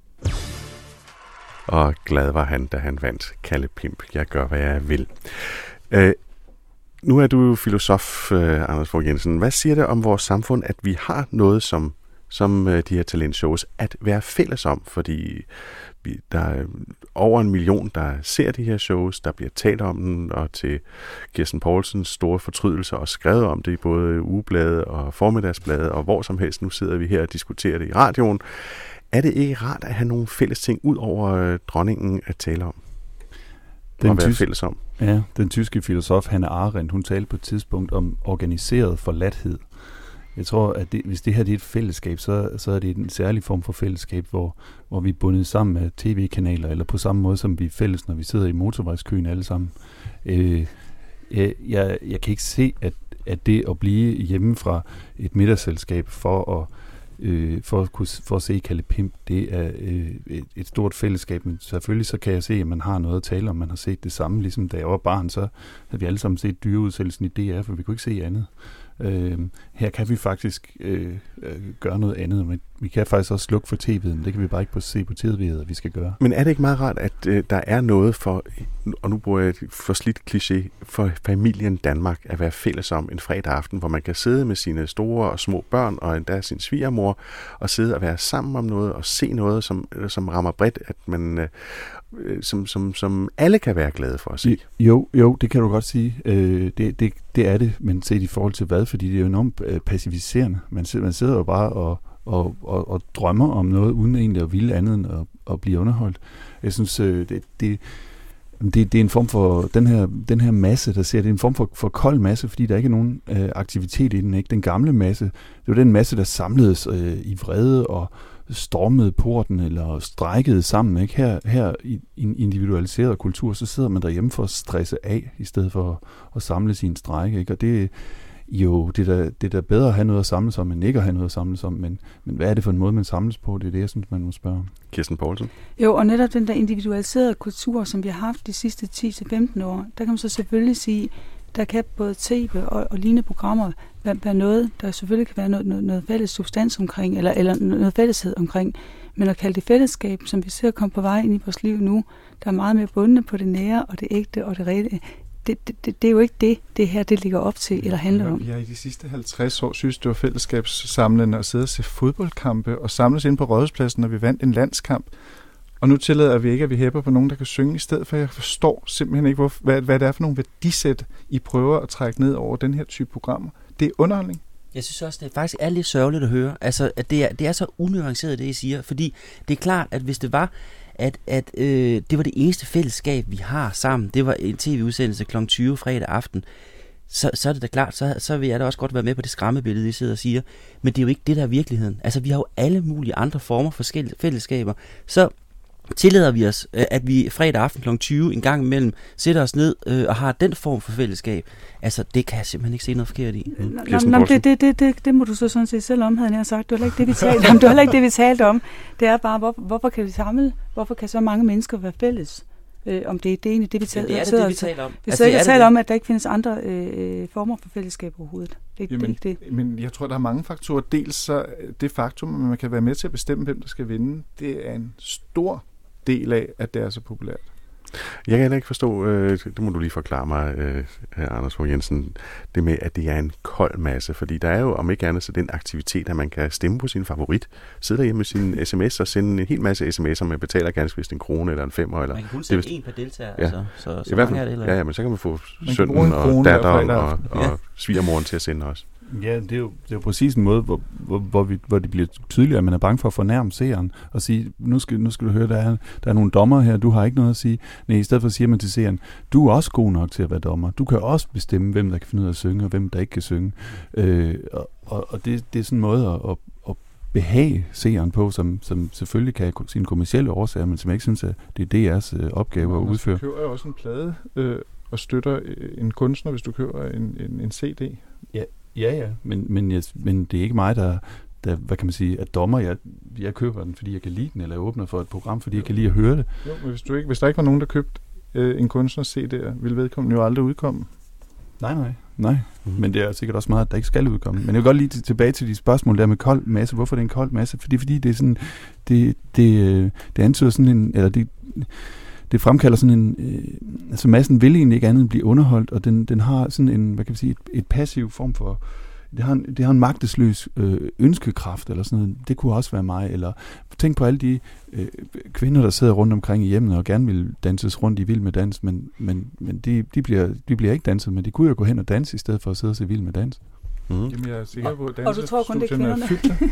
Og glad var han, da han vandt. Kalle Pimp, Jeg gør hvad jeg vil. Øh, Nu er du filosof, uh, Anders Fogh Jensen. Hvad siger det om vores samfund, at vi har noget som, som uh, de her talentshows at være fælles om? Fordi vi, der er over en million, der ser de her shows, der bliver talt om dem, og til Kirsten Poulsens store fortrydelse og skrevet om det i både ugeblade og formiddagsblade, og hvor som helst. Nu sidder vi her og diskuterer det i radioen. Er det ikke rart at have nogle fælles ting ud over uh, dronningen at tale om? Den, tysk, om. Ja, den tyske filosof Hannah Arendt, hun talte på et tidspunkt om organiseret forladthed. Jeg tror, at det, hvis det her det er et fællesskab, så, så er det en særlig form for fællesskab, hvor, hvor vi er bundet sammen med tv-kanaler, eller på samme måde, som vi er fælles, når vi sidder i motorvejskøen alle sammen. Øh, jeg, jeg, jeg kan ikke se, at, at det at blive hjemme fra et middagsselskab for at Øh, for, at kunne, for at se Kalle Pimp, det er øh, et, et stort fællesskab, men selvfølgelig så kan jeg se, at man har noget at tale om, man har set det samme, ligesom da jeg var barn, så havde vi alle sammen set dyreudsættelsen i D R, for vi kunne ikke se andet. Øh, her kan vi faktisk øh, øh, gøre noget andet, men vi kan faktisk også slukke for tv'et, det kan vi bare ikke se på tv'et, at vi skal gøre. Men er det ikke meget rart, at øh, der er noget for, og nu bruger jeg et forslidt kliché, for familien Danmark at være fælles om en fredag aften, hvor man kan sidde med sine store og små børn, og endda sin svigermor, og sidde og være sammen om noget, og se noget, som, som rammer bredt, at man, øh, som, som, som alle kan være glade for at se. Jo, jo, det kan du godt sige. Øh, det, det, det er det, men set i forhold til hvad, fordi det er jo enormt øh, passiviserende. Man sidder, man sidder jo bare og Og, og, og drømmer om noget, uden egentlig at ville andet end at, at blive underholdt. Jeg synes, øh, det, det, det, det er en form for, den her, den her masse, der ser, det er en form for, for kold masse, fordi der ikke er nogen øh, aktivitet i den. Ikke? Den gamle masse, det var den masse, der samledes øh, i vrede og stormede porten eller strækkede sammen. Ikke? Her, her i en individualiseret kultur, så sidder man derhjemme for at stresse af, i stedet for at, at samle sin strække. Ikke? Og det Jo, det er, da, det er da bedre at have noget at samles om, end ikke at have noget at samles om, men, men hvad er det for en måde, man samles på? Det er det, jeg synes, man må spørge om. Kirsten Poulsen? Jo, og netop den der individualiserede kultur, som vi har haft de sidste ti til femten år, der kan man så selvfølgelig sige, der kan både tv og, og lignende programmer være, være noget, der selvfølgelig kan være noget, noget, noget fælles substans omkring, eller, eller noget fælleshed omkring, men at kalde det fællesskab, som vi ser komme på vej ind i vores liv nu, der er meget mere bundet på det nære, og det ægte, og det reelle. Det, det, det, det er jo ikke det, det her det ligger op til, eller handler om. Jeg i de sidste halvtreds år synes, det var fællesskabssamlende at sidde og se fodboldkampe og samles ind på Rådhuspladsen, når vi vandt en landskamp. Og nu tillader vi ikke, at vi hæpper på nogen, der kan synge i stedet, for jeg forstår simpelthen ikke, hvor, hvad, hvad det er for nogle værdisæt, I prøver at trække ned over den her type programmer. Det er underholdning. Jeg synes også, det faktisk er lidt sørgeligt at høre. Altså, at det er, det er så unuanceret, det I siger, fordi det er klart, at hvis det var at, at øh, det var det eneste fællesskab, vi har sammen. Det var en tv-udsendelse klokken tyve fredag aften. Så, så er det da klart, så, så vil jeg da også godt være med på det skræmmebillede, I sidder og siger. Men det er jo ikke det, der er virkeligheden. Altså, vi har jo alle mulige andre former for fællesskaber. Så tillader vi os, at vi fredag aften klokken tyve en gang imellem sætter os ned øh, og har den form for fællesskab. Altså, det kan jeg simpelthen ikke se noget forkert i. Mm. Nå, nå, det, det, det, det, det må du så sådan set selv om, havde jeg sagt. Det var ikke det, vi talte om. Det var ikke det, vi talte om. Det er bare, hvor, hvorfor kan vi samle? Hvorfor kan så mange mennesker være fælles? Øh, om det, det er egentlig det, vi taler om. Ja, det er det, det, vi taler om. Vi altså, ikke taler om, at der ikke findes andre øh, former for fællesskab overhovedet. Det, Jamen, det er ikke det. Men jeg tror, der er mange faktorer. Dels så det faktum, at man kan være med til at bestemme, hvem der skal vinde, det er en stor del af, at det er så populært. Jeg kan heller ikke forstå, øh, det må du lige forklare mig, øh, Anders Fogh Jensen, det med, at det er en kold masse, fordi der er jo, om ikke andet, så den aktivitet, at man kan stemme på sin favorit, sidde derhjemme med sin sms og sende en hel masse sms'er, man betaler ganske vist en krone eller en femmer. Eller, man kan kun sende en per deltager, ja. altså, så, så I hvert mange er det fald, heller. Ja, ja, men så kan man få man sønnen og datteren og, og ja. svigermoren til at sende også. Ja, det er, jo, det er jo præcis en måde, hvor, hvor, hvor, vi, hvor det bliver tydeligere, at man er bange for at fornærme seeren og sige, nu skal, nu skal du høre, der er, der er nogle dommer her, du har ikke noget at sige. Nej, i stedet for siger man til seeren, du er også god nok til at være dommer. Du kan også bestemme, hvem der kan finde ud af at synge, og hvem der ikke kan synge. Øh, og og, og det, det er sådan en måde at, at, at behage seeren på, som, som selvfølgelig kan have sine kommercielle årsager, men som jeg ikke synes, at det er D R's øh, opgave at udføre. Du køber jo også en plade øh, og støtter en kunstner, hvis du køber en, en, en C D. Ja. Ja, ja, men, men, jeg, men det er ikke mig, der, der, hvad kan man sige, at dommer. Jeg, jeg køber den, fordi jeg kan lide den, eller jeg åbner for et program, fordi jo. Jeg kan lide at høre det. Jo, men hvis, du ikke, hvis der ikke var nogen, der købte øh, en kunstners C D'er, ville vedkommende jo aldrig udkomme. Nej, nej. Nej, mm-hmm. Men det er sikkert også meget, at der ikke skal udkomme. Men jeg vil godt lige tilbage til de spørgsmål der med kold masse. Hvorfor er det en kold masse? Fordi, fordi det er sådan, det, det, det antyder sådan en, eller det... Det fremkalder sådan en, øh, altså massen vil egentlig ikke andet end blive underholdt, og den, den har sådan en, hvad kan vi sige, et, et passiv form for, det har en, det har en magtesløs øh, ønskekraft, eller sådan noget. Det kunne også være mig, eller tænk på alle de øh, kvinder, der sidder rundt omkring i hjemmet, og gerne vil danses rundt i Vild med Dans, men, men, men de, de, bliver, de bliver ikke danset, men de kunne jo gå hen og danse, i stedet for at sidde og se Vild med Dans. Mm. Jamen, jeg er sikker på, at og du tror kun, det er kvinderne?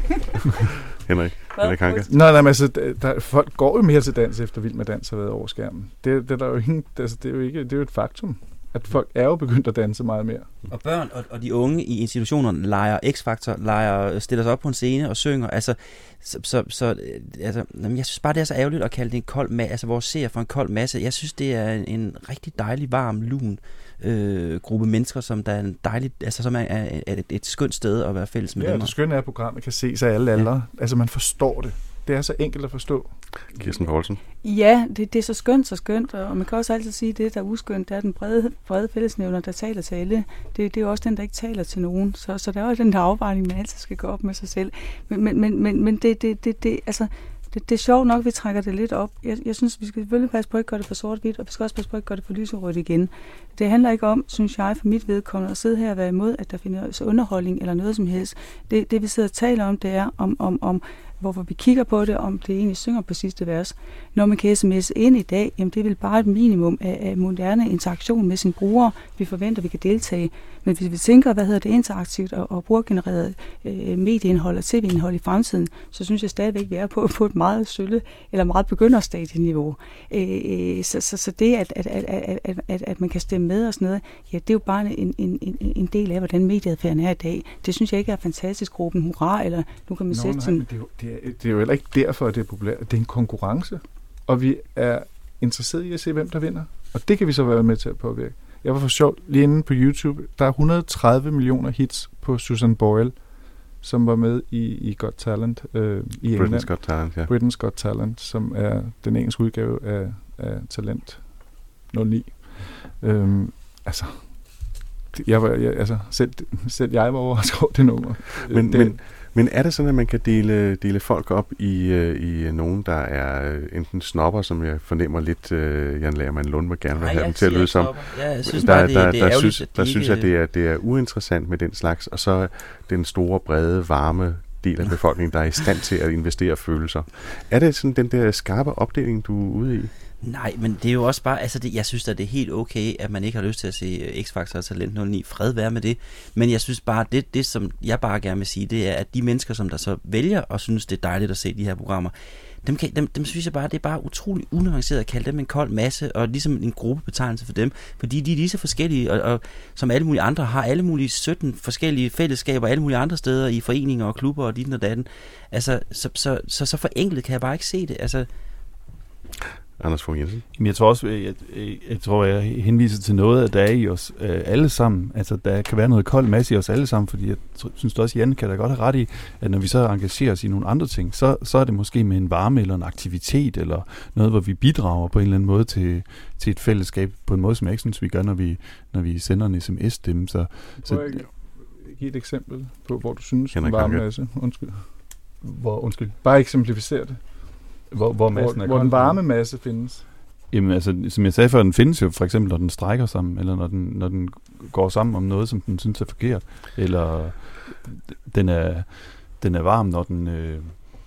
Henrik, Henrik Hanke. Nej, nej, men altså, der, folk går jo mere til dans, efter Vild med Dans har været over skærmen. Det, det, der er jo ingen, altså, det er jo ikke, det er jo et faktum, at folk er jo begyndt at danse meget mere. Og børn og, og de unge i institutionerne leger X-Factor, leger, stiller sig op på en scene og synger. Altså, så, så, så altså, jeg synes bare, det er så ærgerligt at kalde det en kold masse, altså vores seer for en kold masse. Jeg synes, det er en, en rigtig dejlig, varm, lun øh, gruppe mennesker, som der er en dejlig, altså som er, er et, et skønt sted at være fælles med ja, dem. Ja, det skønne er, at programmet kan ses af alle aldre. Ja. Altså, man forstår det. det er så enkelt at forstå. Kirsten Poulsen. Ja, det, det er så skønt, så skønt, og man kan også altid sige, at det, der er uskønt, det er den brede, brede fællesnævner, der taler til alle. Det, det er jo også den, der ikke taler til nogen. Så, så der er jo den der afvejning, man altid skal gå op med sig selv. Men, men, men, men, men det, det, det, det, altså, det, det er sjovt nok, at vi trækker det lidt op. Jeg, jeg synes, vi skal selvfølgelig passe på at ikke gøre det for sort-hvidt, og vi skal også passe på at ikke gøre det for lyserødt igen. Det handler ikke om, synes jeg, for mit vedkommende, at sidde her og være imod, at der findes underholdning eller noget som helst. Det, det vi sidder og taler om, det er om, om, om hvorfor vi kigger på det, om det egentlig synger på sidste vers. Når man kan sms'e ind i dag, jamen det er vel bare et minimum af, af moderne interaktion med sine brugere, vi forventer, vi kan deltage. Men hvis vi tænker, hvad hedder det interaktivt og, og brugergenereret øh, medieindhold og tv-indhold i fremtiden, så synes jeg stadigvæk, vi er på, på et meget sølle eller meget begynderstadieniveau. Øh, så, så, så det, at, at, at, at, at, at man kan stemme med og sådan noget, ja, det er jo bare en, en, en, en del af, hvordan medieadfærden er i dag. Det synes jeg ikke er fantastisk gruppen hurra, eller nu kan man Nå, sætte nej, sådan... Det er, jo, det, er, det er jo heller ikke derfor, at det er populært. Det er en konkurrence, og vi er interesseret i at se, hvem der vinder. Og det kan vi så være med til at påvirke. Jeg var for sjov lige inde på YouTube. Der er et hundrede og tredive millioner hits på Susan Boyle, som var med i, i Got Talent øh, i England. Britain's Got Talent, ja. Britain's Got Talent, som er den engelske udgave af, af Talent nul ni. Øhm, altså, jeg var, jeg, altså selv, selv jeg var overrasket over det nummer. Men, det, men, men er det sådan, at man kan dele, dele folk op i, i nogen, der er enten snopper, som jeg fornemmer lidt, uh, Jan Lagerman Lund vil gerne vil have dem til at lyde som. Ja, jeg synes der, bare, det, der, det er der, ærgerligt, synes, at de der ikke... synes jeg, det er, det er uinteressant med den slags, og så den store, brede, varme del af befolkningen, der er i stand til at investere følelser. Er det sådan den der skarpe opdeling, du er ude i? Nej, men det er jo også bare, altså det, jeg synes at det er helt okay, at man ikke har lyst til at se X-Factor og Talent nul ni, fred være med det, men jeg synes bare, det, det som jeg bare gerne vil sige, det er, at de mennesker, som der så vælger og synes, det er dejligt at se de her programmer, dem, kan, dem, dem synes jeg bare, det er bare utrolig unuanceret at kalde dem en kold masse, og ligesom en gruppebetegnelse for dem, fordi de er lige så forskellige, og, og som alle mulige andre, har alle mulige sytten forskellige fællesskaber, alle mulige andre steder i foreninger og klubber og dit og datten. Altså, så, så, så, så forenklet kan jeg bare ikke se det, altså... Anders Fogh Jensen. Jamen, jeg tror også, jeg, jeg, jeg tror, jeg henviser til noget, at der er i os øh, alle sammen. Altså, der kan være noget kold masse i os alle sammen, fordi jeg synes også, Jan kan da godt have ret i, at når vi så engagerer os i nogle andre ting, så, så er det måske med en varme eller en aktivitet, eller noget, hvor vi bidrager på en eller anden måde til, til et fællesskab, på en måde, som jeg ikke synes, vi gør, når vi, når vi sender en sms-stemme. Så, så jeg give et eksempel på, hvor du synes, en varme masse. Undskyld. Hvor, undskyld. Bare eksemplificere det. Hvor, hvor, hvor, hvor den varme masse findes? Jamen altså, som jeg sagde før, den findes jo for eksempel, når den strækker sammen, eller når den, når den går sammen om noget, som den synes er forkert. Eller den er, den er varm, når den, øh,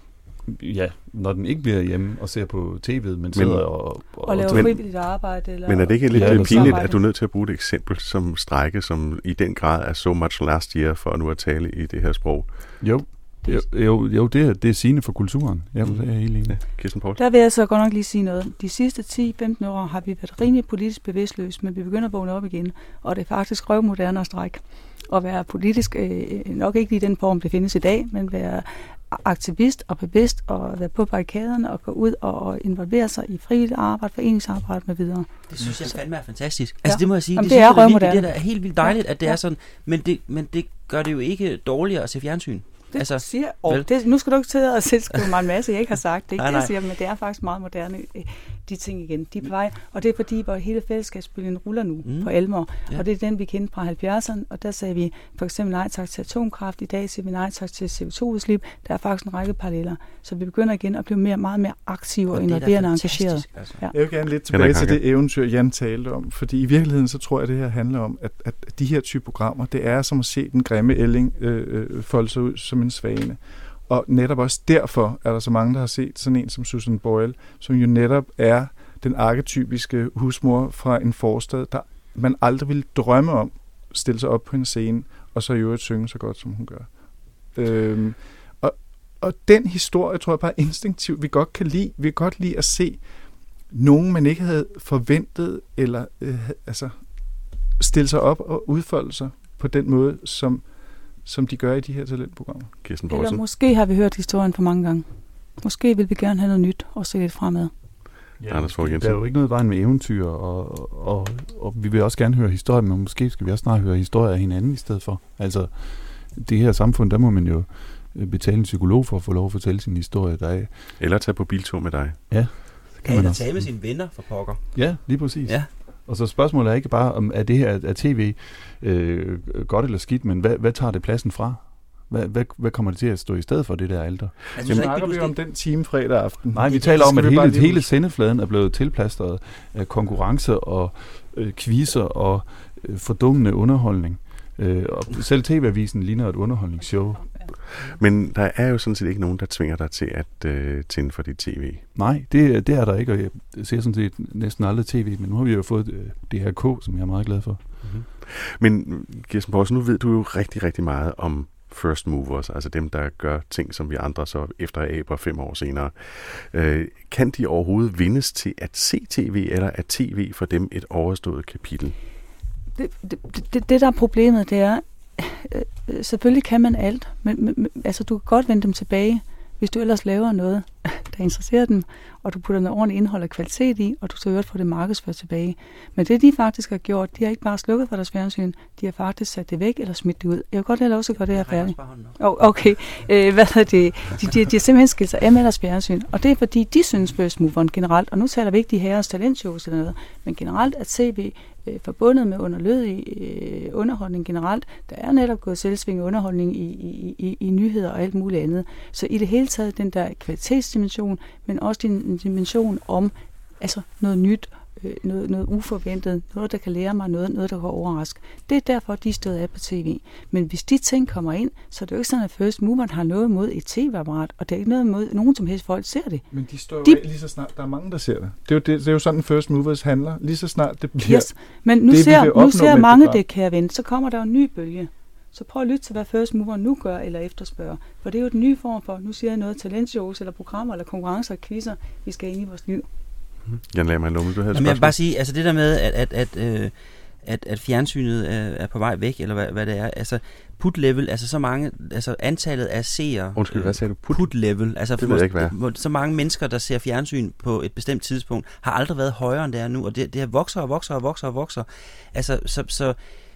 ja, når den ikke bliver hjemme og ser på tv'et, men sidder og... Og, og laver frivilligt arbejde. Eller, men er det ikke lidt ja, pinligt, at du er nødt til at bruge et eksempel som strække, som i den grad er so much last year, for at nu at tale i det her sprog? Jo. Jo, jo, jo det, er, det er sigende for kulturen. Jeg vil sige helt enig. Ja, Kirsten Poulsen. Der vil jeg så godt nok lige sige noget. De sidste ti femten år har vi været rimelig politisk bevidstløse, men vi begynder at vågne op igen. Og det er faktisk røvmoderne at strække. At være politisk, øh, nok ikke lige den form, det findes i dag, men være aktivist og bevidst og være på barrikaderne og gå ud og involvere sig i frivilligt arbejde, foreningsarbejde med videre. Det synes jeg fandme er fantastisk. Altså ja. Det må jeg sige. Jamen, det, det, er det, er det, det er helt vildt dejligt, ja. at det ja. er sådan. Men det, men det gør det jo ikke dårligere at se fjernsyn. Det altså, siger, oh, det, nu skal du ikke sidde og tilskrive mig en masse, jeg ikke har sagt. Det er ikke nej, det, jeg siger, men det er faktisk meget moderne, de ting igen. De er på vej, og det er fordi, hvor hele fællesskabsbølgen ruller nu mm. på alvor. Ja. Og det er den, vi kendte fra halvfjerdserne, og der sagde vi for eksempel nej tak til atomkraft. I dag siger vi nej tak til C O to udslip. Der er faktisk en række paralleller. Så vi begynder igen at blive mere, meget mere aktive og, og involverende og engageret. Altså. Ja. Jeg vil gerne lidt tilbage til det eventyr, Jan talte om, fordi i virkeligheden så tror jeg, at det her handler om, at, at de her type programmer, det er som at se den grimme ælling øh, øh, folde sig ud som en svane. Og netop også derfor er der så mange, der har set sådan en som Susan Boyle, som jo netop er den arketypiske husmor fra en forstad, der man aldrig ville drømme om at stille sig op på en scene, og så i øvrigt synge så godt, som hun gør. Øhm, og, og den historie, tror jeg bare instinktivt, vi godt kan lide. Vi kan godt lide at se nogen, man ikke havde forventet, eller øh, altså stille sig op og udfolde sig på den måde, som som de gør i de her talentprogrammer. Kirsten Poulsen. Eller måske har vi hørt historien for mange gange. Måske vil vi gerne have noget nyt og se lidt fremad. Ja, Anders Fogh Jensen. Der er jo ikke noget vejen med eventyr, og, og, og vi vil også gerne høre historier, men måske skal vi også snart høre historier af hinanden i stedet for. Altså, det her samfund, der må man jo betale en psykolog for at få lov at fortælle sin historie. Der er, Eller tage på biltur med dig. ja, Kan man tale med sine venner for pokker? Ja, lige præcis. Ja. Og så spørgsmålet er ikke bare, om er det her er tv øh, godt eller skidt, men hvad, hvad tager det pladsen fra? Hvad, hvad, hvad kommer det til at stå i stedet for det der alter? Altså, nu snakker vi om den time fredag aften. Nej, vi det, taler om, at hele, lige... hele sendefladen er blevet tilplastret af konkurrence og øh, quizzer og øh, fordummende underholdning. Øh, og selv tv-avisen ligner et underholdningsshow. Men der er jo sådan set ikke nogen, der tvinger dig til at øh, tænde for dit tv. Nej, det, det er der ikke, og jeg ser sådan set næsten aldrig tv, men nu har vi jo fået øh, D R K, som jeg er meget glad for. Mm-hmm. Men Kirsten Poulsen, nu ved du jo rigtig, rigtig meget om first movers, altså dem, der gør ting, som vi andre så efter aber fem år senere. Øh, kan de overhovedet vindes til at se tv, eller er tv for dem et overstået kapitel? Det, det, det, det der er problemet, det er, øh, selvfølgelig kan man alt, men, men altså, du kan godt vende dem tilbage, hvis du ellers laver noget, der interesserer dem, og du putter noget ordentligt indhold og kvalitet i, og du så øvrigt får det markedsført tilbage. Men det, de faktisk har gjort, de har ikke bare slukket for deres fjernsyn, de har faktisk sat det væk eller smidt det ud. Jeg vil godt lade også gøre det her færdigt. Oh, okay, øh, hvad er det? De, de, de har simpelthen skilt sig af med deres fjernsyn, og det er fordi, de synes first moveren generelt, og nu taler vi ikke de herres talentshows eller noget, men generelt at tv øh, forbundet med underlødig øh, underholdning generelt, der er netop gået selvsving underholdning i, i, i, i nyheder og alt muligt andet. Så i det hele taget den der kvalitetsdimension, men også din dimension om altså noget nyt, øh, noget, noget uforventet, noget, der kan lære mig noget, noget, der kan overraske. Det er derfor, de stod af på tv. Men hvis de ting kommer ind, så er det jo ikke sådan, at first moveren har noget mod et tv-apparat, og det er ikke noget mod nogen som helst folk ser det. Men de står jo de... af lige så snart, der er mange, der ser det. Det er jo, det, det er jo sådan, first movers handler. Lige så snart det bliver... Yes. Men nu det, ser, nu ser mange det, kære ven, så kommer der jo en ny bølge. Så prøv at lytte til, hvad first mover nu gør eller efterspørger. For det er jo den nye form for, nu siger jeg noget, talentshows eller programmer eller konkurrencer og quizzer, vi skal ind i vores liv. Jan Lermann Lummel, du havde et Jamen, jeg vil spørgsmål. bare sige, altså det der med, at, at, at, øh, at, at fjernsynet er, er på vej væk, eller hvad, hvad det er, altså put-level, altså så mange, altså antallet af seere... Undskyld, hvad sagde du? Put? Put-level, altså det ved jeg ikke, hvad. hvor, så mange mennesker, der ser fjernsyn på et bestemt tidspunkt, har aldrig været højere, end det er nu, og det, det her vokser og vokser og vokser og vokser. Altså, så... så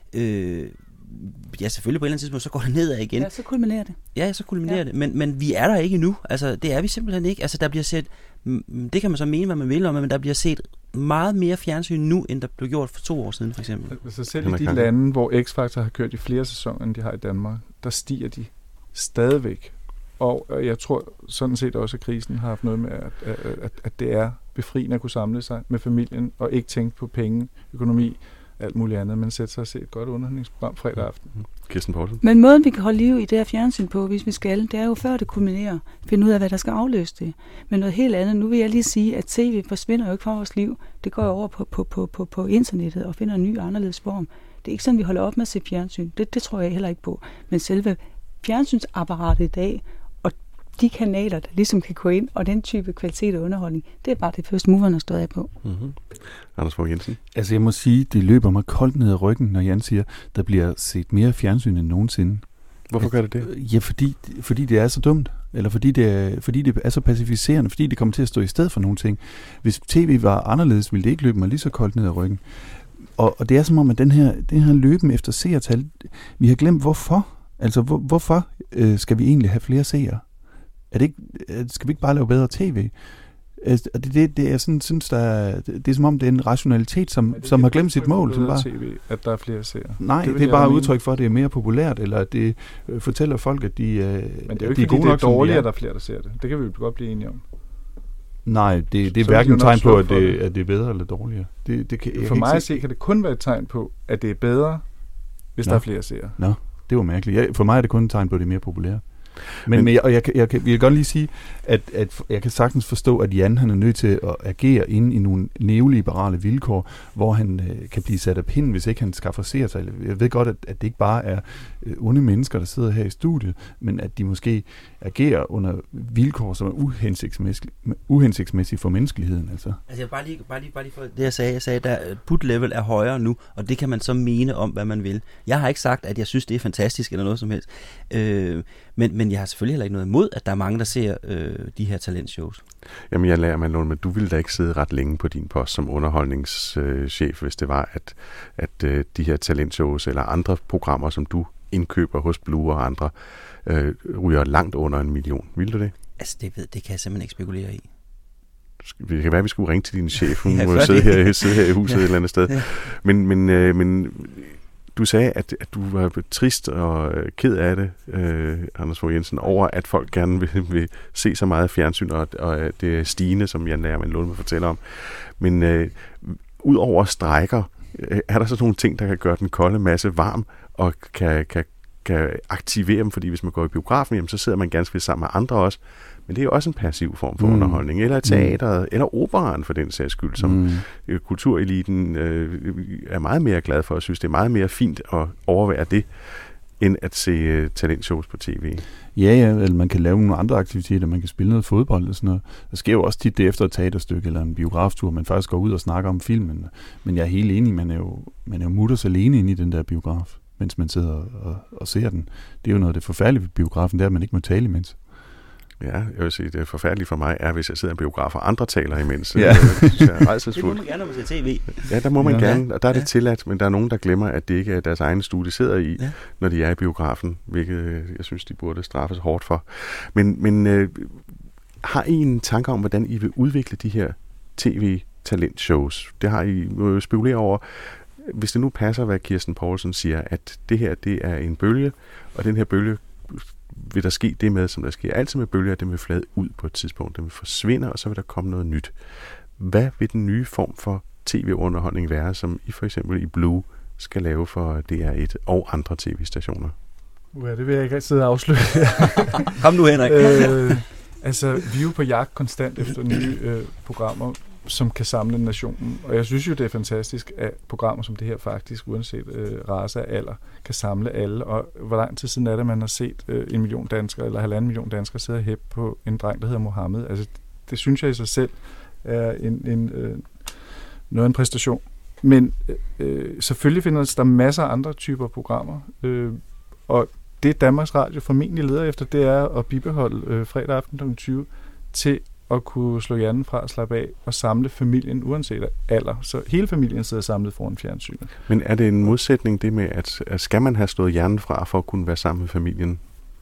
øh, ja, selvfølgelig på et eller andet tidspunkt, så går det nedad igen. Ja, så kulminerer det. Ja, så kulminerer ja. det. Men, men vi er der ikke endnu. Altså, det er vi simpelthen ikke. Altså, der bliver set, det kan man så mene, hvad man vil om, men der bliver set meget mere fjernsyn nu, end der blev gjort for to år siden, for eksempel. Altså selv i de lande, hvor X-Factor har kørt i flere sæsoner, end de har i Danmark, der stiger de stadigvæk. Og jeg tror sådan set også, at krisen har haft noget med, at, at, at det er befriende at kunne samle sig med familien, og ikke tænke på penge, økonomi, alt muligt andet, men sætte sig og se et godt underholdningsprogram fredag aften. Kirsten Poulsen. Men måden, vi kan holde liv i det her fjernsyn på, hvis vi skal, det er jo før det kulminerer, finde ud af, hvad der skal afløse det. Men noget helt andet, nu vil jeg lige sige, at tv forsvinder jo ikke fra vores liv. Det går jo over på, på, på, på, på internettet og finder en ny anderledes form. Det er ikke sådan, vi holder op med at se fjernsyn. Det, det tror jeg heller ikke på. Men selve fjernsynsapparatet i dag, og de kanaler, der ligesom kan gå ind, og den type kvalitet og underholdning, det er bare det første moverne har stået af på. Mm-hmm. Anders Fogh Jensen? Altså jeg må sige, det løber mig koldt ned ad ryggen, når Jan siger, der bliver set mere fjernsyn end nogensinde. Hvorfor gør det det? Ja, fordi, fordi det er så dumt, eller fordi det er, fordi det er så pacificerende, fordi det kommer til at stå i stedet for nogle ting. Hvis tv var anderledes, ville det ikke løbe mig lige så koldt ned ad ryggen. Og, og det er som om, at den her, den her løben efter seertal, vi har glemt hvorfor. Altså hvor, hvorfor øh, skal vi egentlig have flere seere? Er det ikke, skal vi ikke bare lave bedre tv? Altså, det, det, det, jeg sådan, synes, der er, det er som om, det er en rationalitet, som, som har glemt sit mål. Som bare, T V, at der er flere seere. Nej, det, det er bare udtryk for, at det er mere populært, eller at det øh, fortæller folk, at de, øh, men det er jo ikke, de er fordi gode det er nok, dårligere, at der er flere, der ser det. Det kan vi jo godt blive enige om. Nej, det, det er hverken et tegn på, at det, at det er bedre eller dårligere. Det, det kan, for mig at se, kan det kun være et tegn på, at det er bedre, hvis Nå. der er flere seere. Nå, det var mærkeligt. Jeg, for mig er det kun et tegn på, at det er mere populært. Men, men jeg, og jeg, jeg, jeg, jeg vil godt lige sige, at, at jeg kan sagtens forstå, at Jan han er nødt til at agere inde i nogle neoliberale vilkår, hvor han øh, kan blive sat af pinden, hvis ikke han skaffer seertal. Jeg ved godt, at, at det ikke bare er øh, onde mennesker, der sidder her i studiet, men at de måske agerer under vilkår, som er uhensigtsmæssige, uhensigtsmæssige for menneskeligheden. Altså. Altså jeg bare lige, bare lige, bare lige for det, jeg sagde. Jeg sagde, at put-level er højere nu, og det kan man så mene om, hvad man vil. Jeg har ikke sagt, at jeg synes, det er fantastisk eller noget som helst. Øh, men, men jeg har selvfølgelig heller ikke noget imod, at der er mange, der ser øh, de her talentshows. Jamen, jeg lærer mig noget, men du ville da ikke sidde ret længe på din post som underholdningschef, hvis det var, at, at øh, de her talentshows eller andre programmer, som du indkøber hos Blue og andre øh, ryger langt under en million. Vil du det? Altså, det, ved, det kan jeg simpelthen ikke spekulere i. Det kan være, at vi skulle ringe til din chef. Hun Ja, må sidde det. her, sidde her i huset Ja. et eller andet sted. Ja. Men, men, øh, men du sagde, at, at du var trist og øh, ked af det, øh, Anders Fogh Jensen, over at folk gerne vil, vil se så meget fjernsyn, og, og at det er stigende, som Jan Lerman Lund vil fortælle om. Men øh, ud over strækker, øh, er der så nogle ting, der kan gøre den kolde masse varm, og kan, kan, kan aktivere dem? Fordi hvis man går i biografen, jamen, så sidder man ganske sammen med andre også. Men det er jo også en passiv form for mm. underholdning. Eller teateret, mm. eller operaen for den sags skyld, som mm. kultureliten øh, er meget mere glad for, og synes, det er meget mere fint at overvære det, end at se uh, talentshows på tv. Ja, ja, eller man kan lave nogle andre aktiviteter, man kan spille noget fodbold og sådan noget. Der sker jo også tit det efter et teaterstykke eller en biograftur, man faktisk går ud og snakker om filmen. Men jeg er helt enig, man er jo, man er jo mutters alene inde i den der biograf, mens man sidder og, og ser den. Det er jo noget af det forfærdelige ved biografen, det er, at man ikke må tale imens. Ja, jeg vil sige, det forfærdelige for mig er, hvis jeg sidder i en biograf, og andre taler imens. Ja. Det synes jeg er Det må rædselsfuldt. man gerne, når man ser tv. Ja, der må man Ja. gerne, og der er det Ja. tilladt, men der er nogen, der glemmer, at det ikke er deres egen stue, de sidder i, Ja. når de er i biografen, hvilket øh, jeg synes, de burde straffes hårdt for. Men, men øh, har I en tanke om, hvordan I vil udvikle de her tv-talentshows? Det har I jo spekuleret over. Hvis det nu passer, hvad Kirsten Poulsen siger, at det her, det er en bølge, og den her bølge vil der ske det med, som der sker altid med bølger, den vil flade ud på et tidspunkt, den vil forsvinde, og så vil der komme noget nyt. Hvad vil den nye form for tv-underholdning være, som I for eksempel i Blue skal lave for D R et og andre tv-stationer? Ja, det vil jeg ikke sidde og afsløre. Kom nu, Henrik. øh, altså, vi er jo på jagt konstant efter nye øh, programmer, som kan samle nationen. Og jeg synes jo, det er fantastisk, at programmer som det her faktisk, uanset øh, race og alder, kan samle alle. Og hvor lang tid siden er det, man har set øh, en million danskere, eller halvanden million danskere sidde og hæppe på en dreng, der hedder Mohammed. Altså, det synes jeg i sig selv er en, en, øh, noget af en præstation. Men øh, selvfølgelig findes der masser af andre typer programmer, øh, og det Danmarks Radio formentlig leder efter, det er at bibeholde øh, fredag aften klokken tyve til at kunne slå hjernen fra og slappe af og samle familien uanset alder. Så hele familien sidder samlet foran fjernsynet. Men er det en modsætning det med, at, at skal man have slået hjernen fra for at kunne være sammen med familien?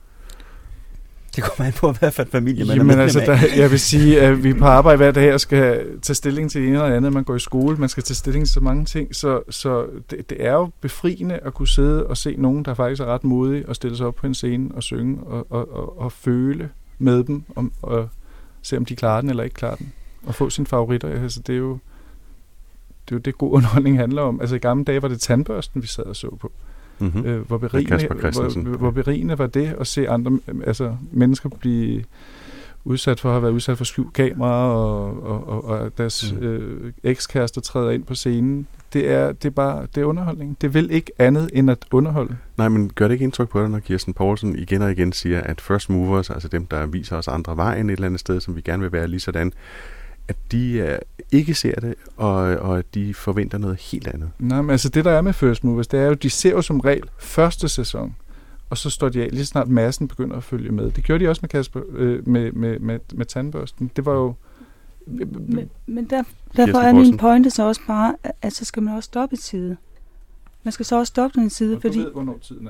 Det kommer an på, hvad for en familie man Jamen er altså, medlem af. der, jeg vil sige, at vi er på arbejde hver dag og skal tage stilling til det ene eller andet. Man går i skole, man skal tage stilling til så mange ting. Så, så det, det er jo befriende at kunne sidde og se nogen, der faktisk er ret modige og stille sig op på en scene og synge og, og, og, og føle med dem om, og se, om de klarer den eller ikke klarer den. Og få sine favoritter. Altså, det er jo det, er jo det god underholdning handler om. Altså i gamle dage var det tandbørsten, vi sad og så på. Mm-hmm. Øh, hvor, berigende, hvor, hvor berigende var det at se andre altså, mennesker blive udsat for at have været udsat for skjult kamera, og, og, og, og deres mm. øh, ekskærester træder ind på scenen. Det er, det er bare det er underholdning. Det vil ikke andet end at underholde. Nej, men gør det ikke indtryk på dig, når Kirsten Poulsen igen og igen siger, at first movers, altså dem, der viser os andre vejen et eller andet sted, som vi gerne vil være lige sådan, at de uh, ikke ser det, og, og at de forventer noget helt andet. Nej, men altså det, der er med First Movers, det er jo, de ser jo som regel første sæson, og så står de af lige snart massen begynder at følge med. Det gjorde de også med Kasper, øh, med, med, med, med tandbørsten. Det var jo... Men, men der, derfor er min pointe så også bare, at så skal man også stoppe i tide. Man skal så også stoppe den side, og fordi... du ved, hvornår tiden er.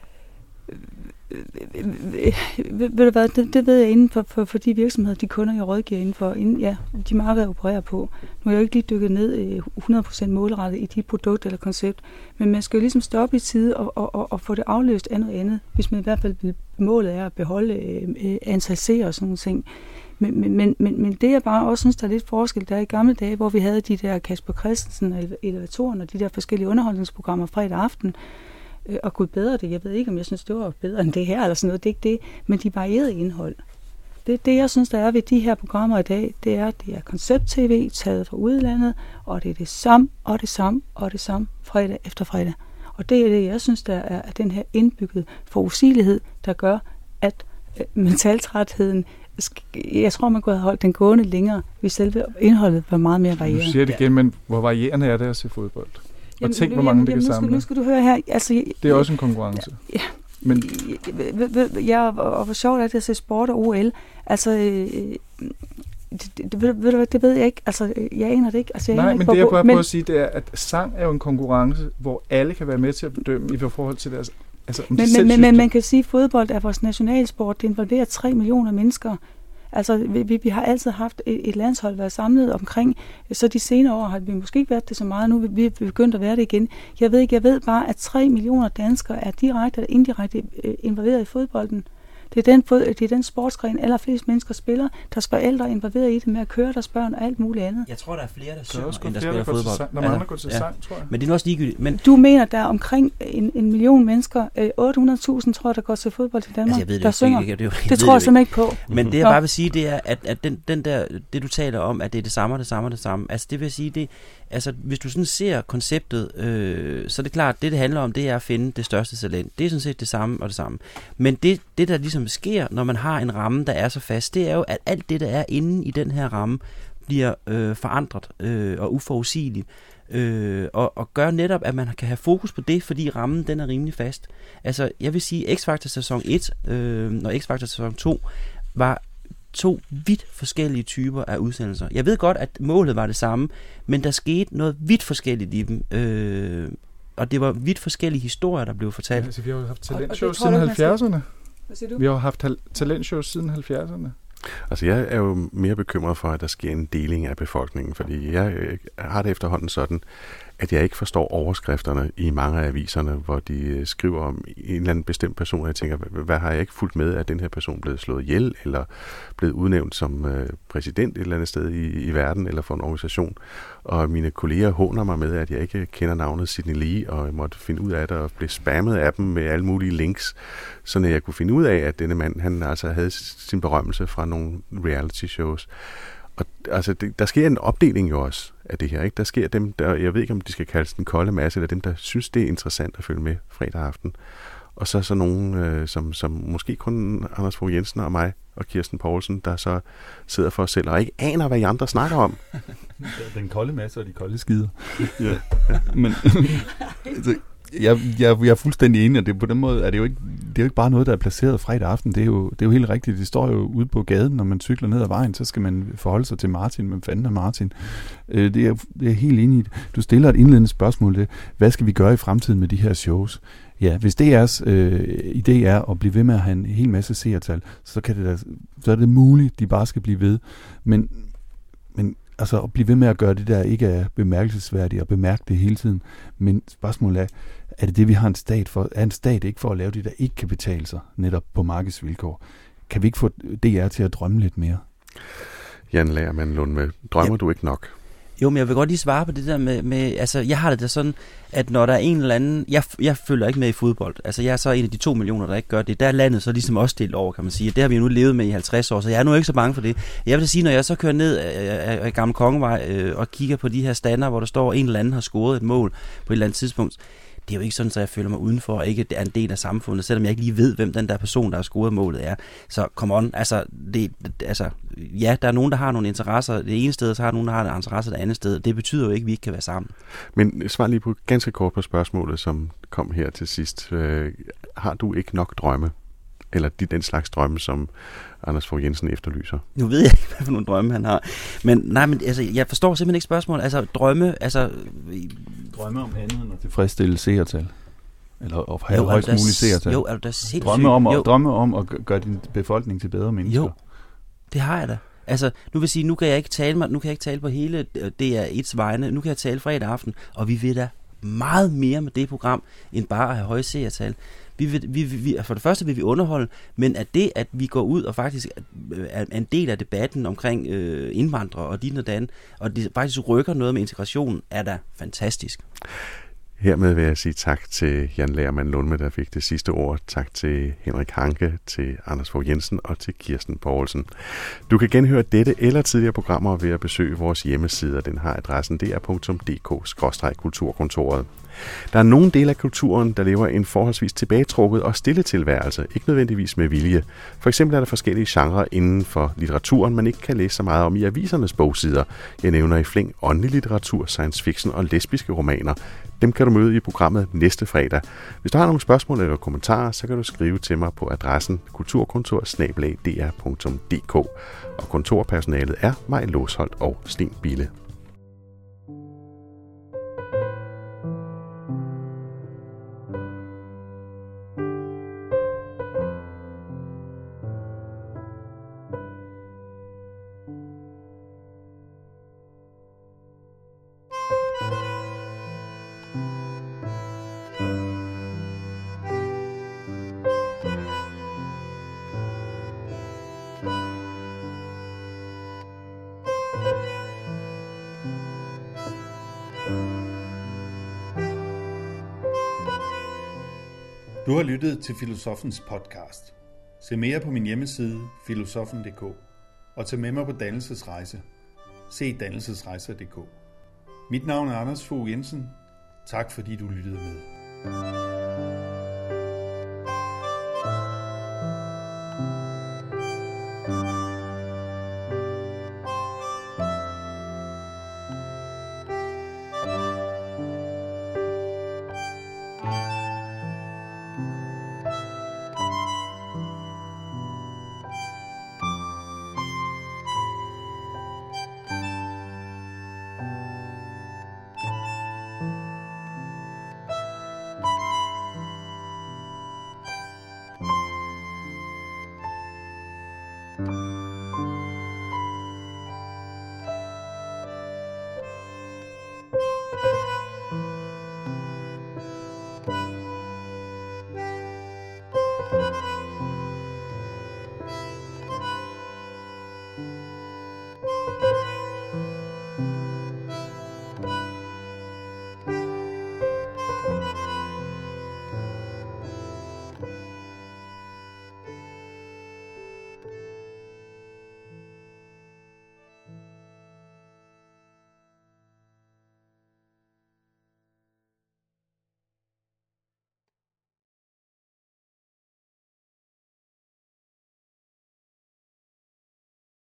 Ved du hvad, det, det ved jeg inden for, for, for de virksomheder, de kunder, jeg rådgiver inden for, inden, ja, de markeder opererer på. Nu er jeg jo ikke lige dykket ned hundrede procent målrettet i de produkter eller koncept, men man skal jo ligesom stoppe i tide og, og, og, og få det afløst af noget andet, hvis man i hvert fald vil, målet er at beholde øh, antal seere og sådan nogle ting. Men, men, men, men, men det jeg bare også synes, der er lidt forskel, der er i gamle dage, hvor vi havde de der Kasper Christensen og Elevatoren og de der forskellige underholdningsprogrammer fredag aften, og gud bedre det. Jeg ved ikke, om jeg synes, det var bedre end det her, eller sådan noget. Det er ikke det, men de varierede indhold. Det, det, jeg synes, der er ved de her programmer i dag, det er, det er koncept-tv taget fra udlandet, og det er det samme, og det samme, og det samme, fredag efter fredag. Og det er det, jeg synes, der er, er den her indbygget forudsigelighed, der gør, at øh, mentaltrætheden, jeg tror, man kunne have holdt den gående længere, hvis selve indholdet var meget mere varieret. Du siger det igen, men hvor varierende er det at se fodbold? Og jamen, tænk, hvor mange det kan nu samle. Nu skal du høre her. Altså, det er også en konkurrence. Ja, men ja, og, og hvor sjovt er det at se sport og O L. Altså, øh, det, det, ved, det, det ved jeg ikke. Altså, jeg aner det ikke. Altså, jeg nej, ikke men på, det jeg bare men, prøver at sige, det er, at sang er jo en konkurrence, hvor alle kan være med til at bedømme i forhold til deres Altså, men, men, men, men man kan sige, at fodbold er vores nationalsport. Det involverer tre millioner mennesker. Altså, vi, vi har altid haft et, et landshold været samlet omkring, så de senere år har vi måske ikke været det så meget, nu vi er begyndt at være det igen. Jeg ved ikke, jeg ved bare, at tre millioner danskere er direkte eller indirekte involveret i fodbolden. Det er den, det er den sportsgren, allerflest mennesker spiller. Deres forældre er involveret i det med at køre deres børn og alt muligt andet. Jeg tror, der er flere, der synger, end der spiller fodbold. Der er mange, der går til sang, tror jeg. Men det er nu også ligegyldigt. Men du mener, der er omkring en, en million mennesker, otte hundrede tusind tror jeg, der går til fodbold i Danmark, altså, jeg ved det der ikke, synger. Det, det, det, det tror jeg simpelthen ikke på. Men det jeg bare vil sige, det er, at, at den, den der, det du taler om, at det er det samme og det samme og det samme. Altså det vil sige, det, altså hvis du sådan ser konceptet, øh, så er det klart, at det det handler om, det er at finde det største talent. Det er sådan set det samme og det samme. Men det, det der ligesom sker, når man har en ramme, der er så fast, det er jo, at alt det, der er inde i den her ramme, bliver øh, forandret øh, og uforudsigeligt. Øh, og, og gør netop, at man kan have fokus på det, fordi rammen, den er rimelig fast. Altså, jeg vil sige, X-Factor sæson et øh, og X-Factor sæson to var to vidt forskellige typer af udsendelser. Jeg ved godt, at målet var det samme, men der skete noget vidt forskelligt i dem. Øh, og det var vidt forskellige historier, der blev fortalt. Ja, altså, vi har jo haft talentshows siden halvfjerdserne. Vi har jo haft talentshows siden halvfjerdserne. Altså jeg er jo mere bekymret for, at der sker en deling af befolkningen, fordi jeg har det efterhånden sådan, at jeg ikke forstår overskrifterne i mange af aviserne, hvor de skriver om en eller anden bestemt person, og jeg tænker, hvad har jeg ikke fulgt med, at den her person blevet slået ihjel, eller blevet udnævnt som øh, præsident et eller andet sted i, i verden, eller for en organisation. Og mine kolleger håner mig med, at jeg ikke kender navnet Sidney Lee, og jeg måtte finde ud af det, og blev spammet af dem med alle mulige links, så jeg kunne finde ud af, at denne mand, han altså havde sin berømmelse fra nogle reality shows. Og altså, det, der sker en opdeling jo også af det her, ikke? Der sker dem, der, jeg ved ikke, om de skal kaldes den kolde masse, eller dem, der synes, det er interessant at følge med fredag aften. Og så så nogen, øh, som, som måske kun Anders Fogh Jensen og mig og Kirsten Poulsen, der så sidder for os selv og ikke aner, hvad I andre snakker om. Den kolde masse og de kolde skider. Ja. Men altså, jeg, jeg, jeg er fuldstændig enig, og det, på den måde er det jo ikke, det er jo ikke bare noget, der er placeret fredag aften. Det er jo, det er jo helt rigtigt. Det står jo ude på gaden, når man cykler ned ad vejen, så skal man forholde sig til Martin, men fanden er Martin. Øh, det, er, det er helt enig i. Du stiller et indledende spørgsmål til, hvad skal vi gøre i fremtiden med de her shows? Ja, hvis D R's øh, idé er at blive ved med at have en hel masse seertal, så, kan det da, så er det muligt, de bare skal blive ved. Men, men altså at blive ved med at gøre det der ikke er bemærkelsesværdigt og bemærke det hele tiden. Men spørgsmålet er, er det det, vi har en stat for? Er en stat ikke for at lave det, der ikke kan betale sig netop på markedsvilkår? Kan vi ikke få D R til at drømme lidt mere? Jan Lagerman Lundme, drømmer ja. du ikke nok? Jo, men jeg vil godt lige svare på det der med, med altså jeg har det da sådan, at når der er en eller anden, jeg, jeg følger ikke med i fodbold, altså jeg er så en af de to millioner, der ikke gør det, der er landet så ligesom også delt over, kan man sige, det har vi jo nu levet med i halvtreds år, så jeg er nu ikke så bange for det. Jeg vil sige, når jeg så kører ned af, af Gamle Kongevej øh, og kigger på de her stander, hvor der står, en eller anden har scoret et mål på et eller andet tidspunkt, det er jo ikke sådan, at jeg føler mig udenfor og ikke er en del af samfundet, selvom jeg ikke lige ved, hvem den der person, der har scoret målet er. Så come on, altså, det, altså, ja, der er nogen, der har nogle interesser det ene sted, og så har nogen, der har en interesse det andet sted. Det betyder jo ikke, at vi ikke kan være sammen. Men svar lige på ganske kort på spørgsmålet, som kom her til sidst. Øh, har du ikke nok drømme? Eller de, den slags drømme, som Anders Fogh Jensen efterlyser? Nu ved jeg ikke, hvad for nogle drømme han har. Men nej, men altså, jeg forstår simpelthen ikke spørgsmålet. Altså, drømme, altså... Drømme om andet end at tilfredsstille seertal? Eller at have højst mulige seertal? Jo, er du da sindssygt? Drømme om, at, drømme om at gøre din befolkning til bedre mennesker? Jo, det har jeg da. Altså, nu vil sige, nu kan jeg ikke tale mig, nu kan jeg ikke tale på hele D R et's vegne. Nu kan jeg tale fredag aften, og vi vil da meget mere med det program, end bare at have høje seertal. Vi vil, vi, vi, for det første vil vi underholde, men at det, at vi går ud og faktisk er en del af debatten omkring øh, indvandrere og din og dan, og det faktisk rykker noget med integration, er da fantastisk. Hermed vil jeg sige tak til Jan Lagerman Lundme, der fik det sidste ord. Tak til Henrik Hanke, til Anders Fogh Jensen og til Kirsten Poulsen. Du kan genhøre dette eller tidligere programmer ved at besøge vores hjemmeside. Den har adressen d r punktum d k skråstreg kulturkontoret. Der er nogle dele af kulturen, der lever en forholdsvis tilbagetrukket og stille tilværelse, ikke nødvendigvis med vilje. For eksempel er der forskellige genrer inden for litteraturen, man ikke kan læse så meget om i avisernes bogsider. Jeg nævner i flæng åndelig litteratur, science fiction og lesbiske romaner. Dem kan du møde i programmet næste fredag. Hvis du har nogle spørgsmål eller kommentarer, så kan du skrive til mig på adressen kulturkontor snabel-a d r punktum d k. Og kontorpersonalet er Maj Losholt og Sten Bille. Du har lyttet til Filosofens podcast. Se mere på min hjemmeside filosofen punktum d k og tag med mig på dannelsesrejse. Se dannelsesrejser punktum d k. Mit navn er Anders Fogh Jensen. Tak fordi du lyttede med.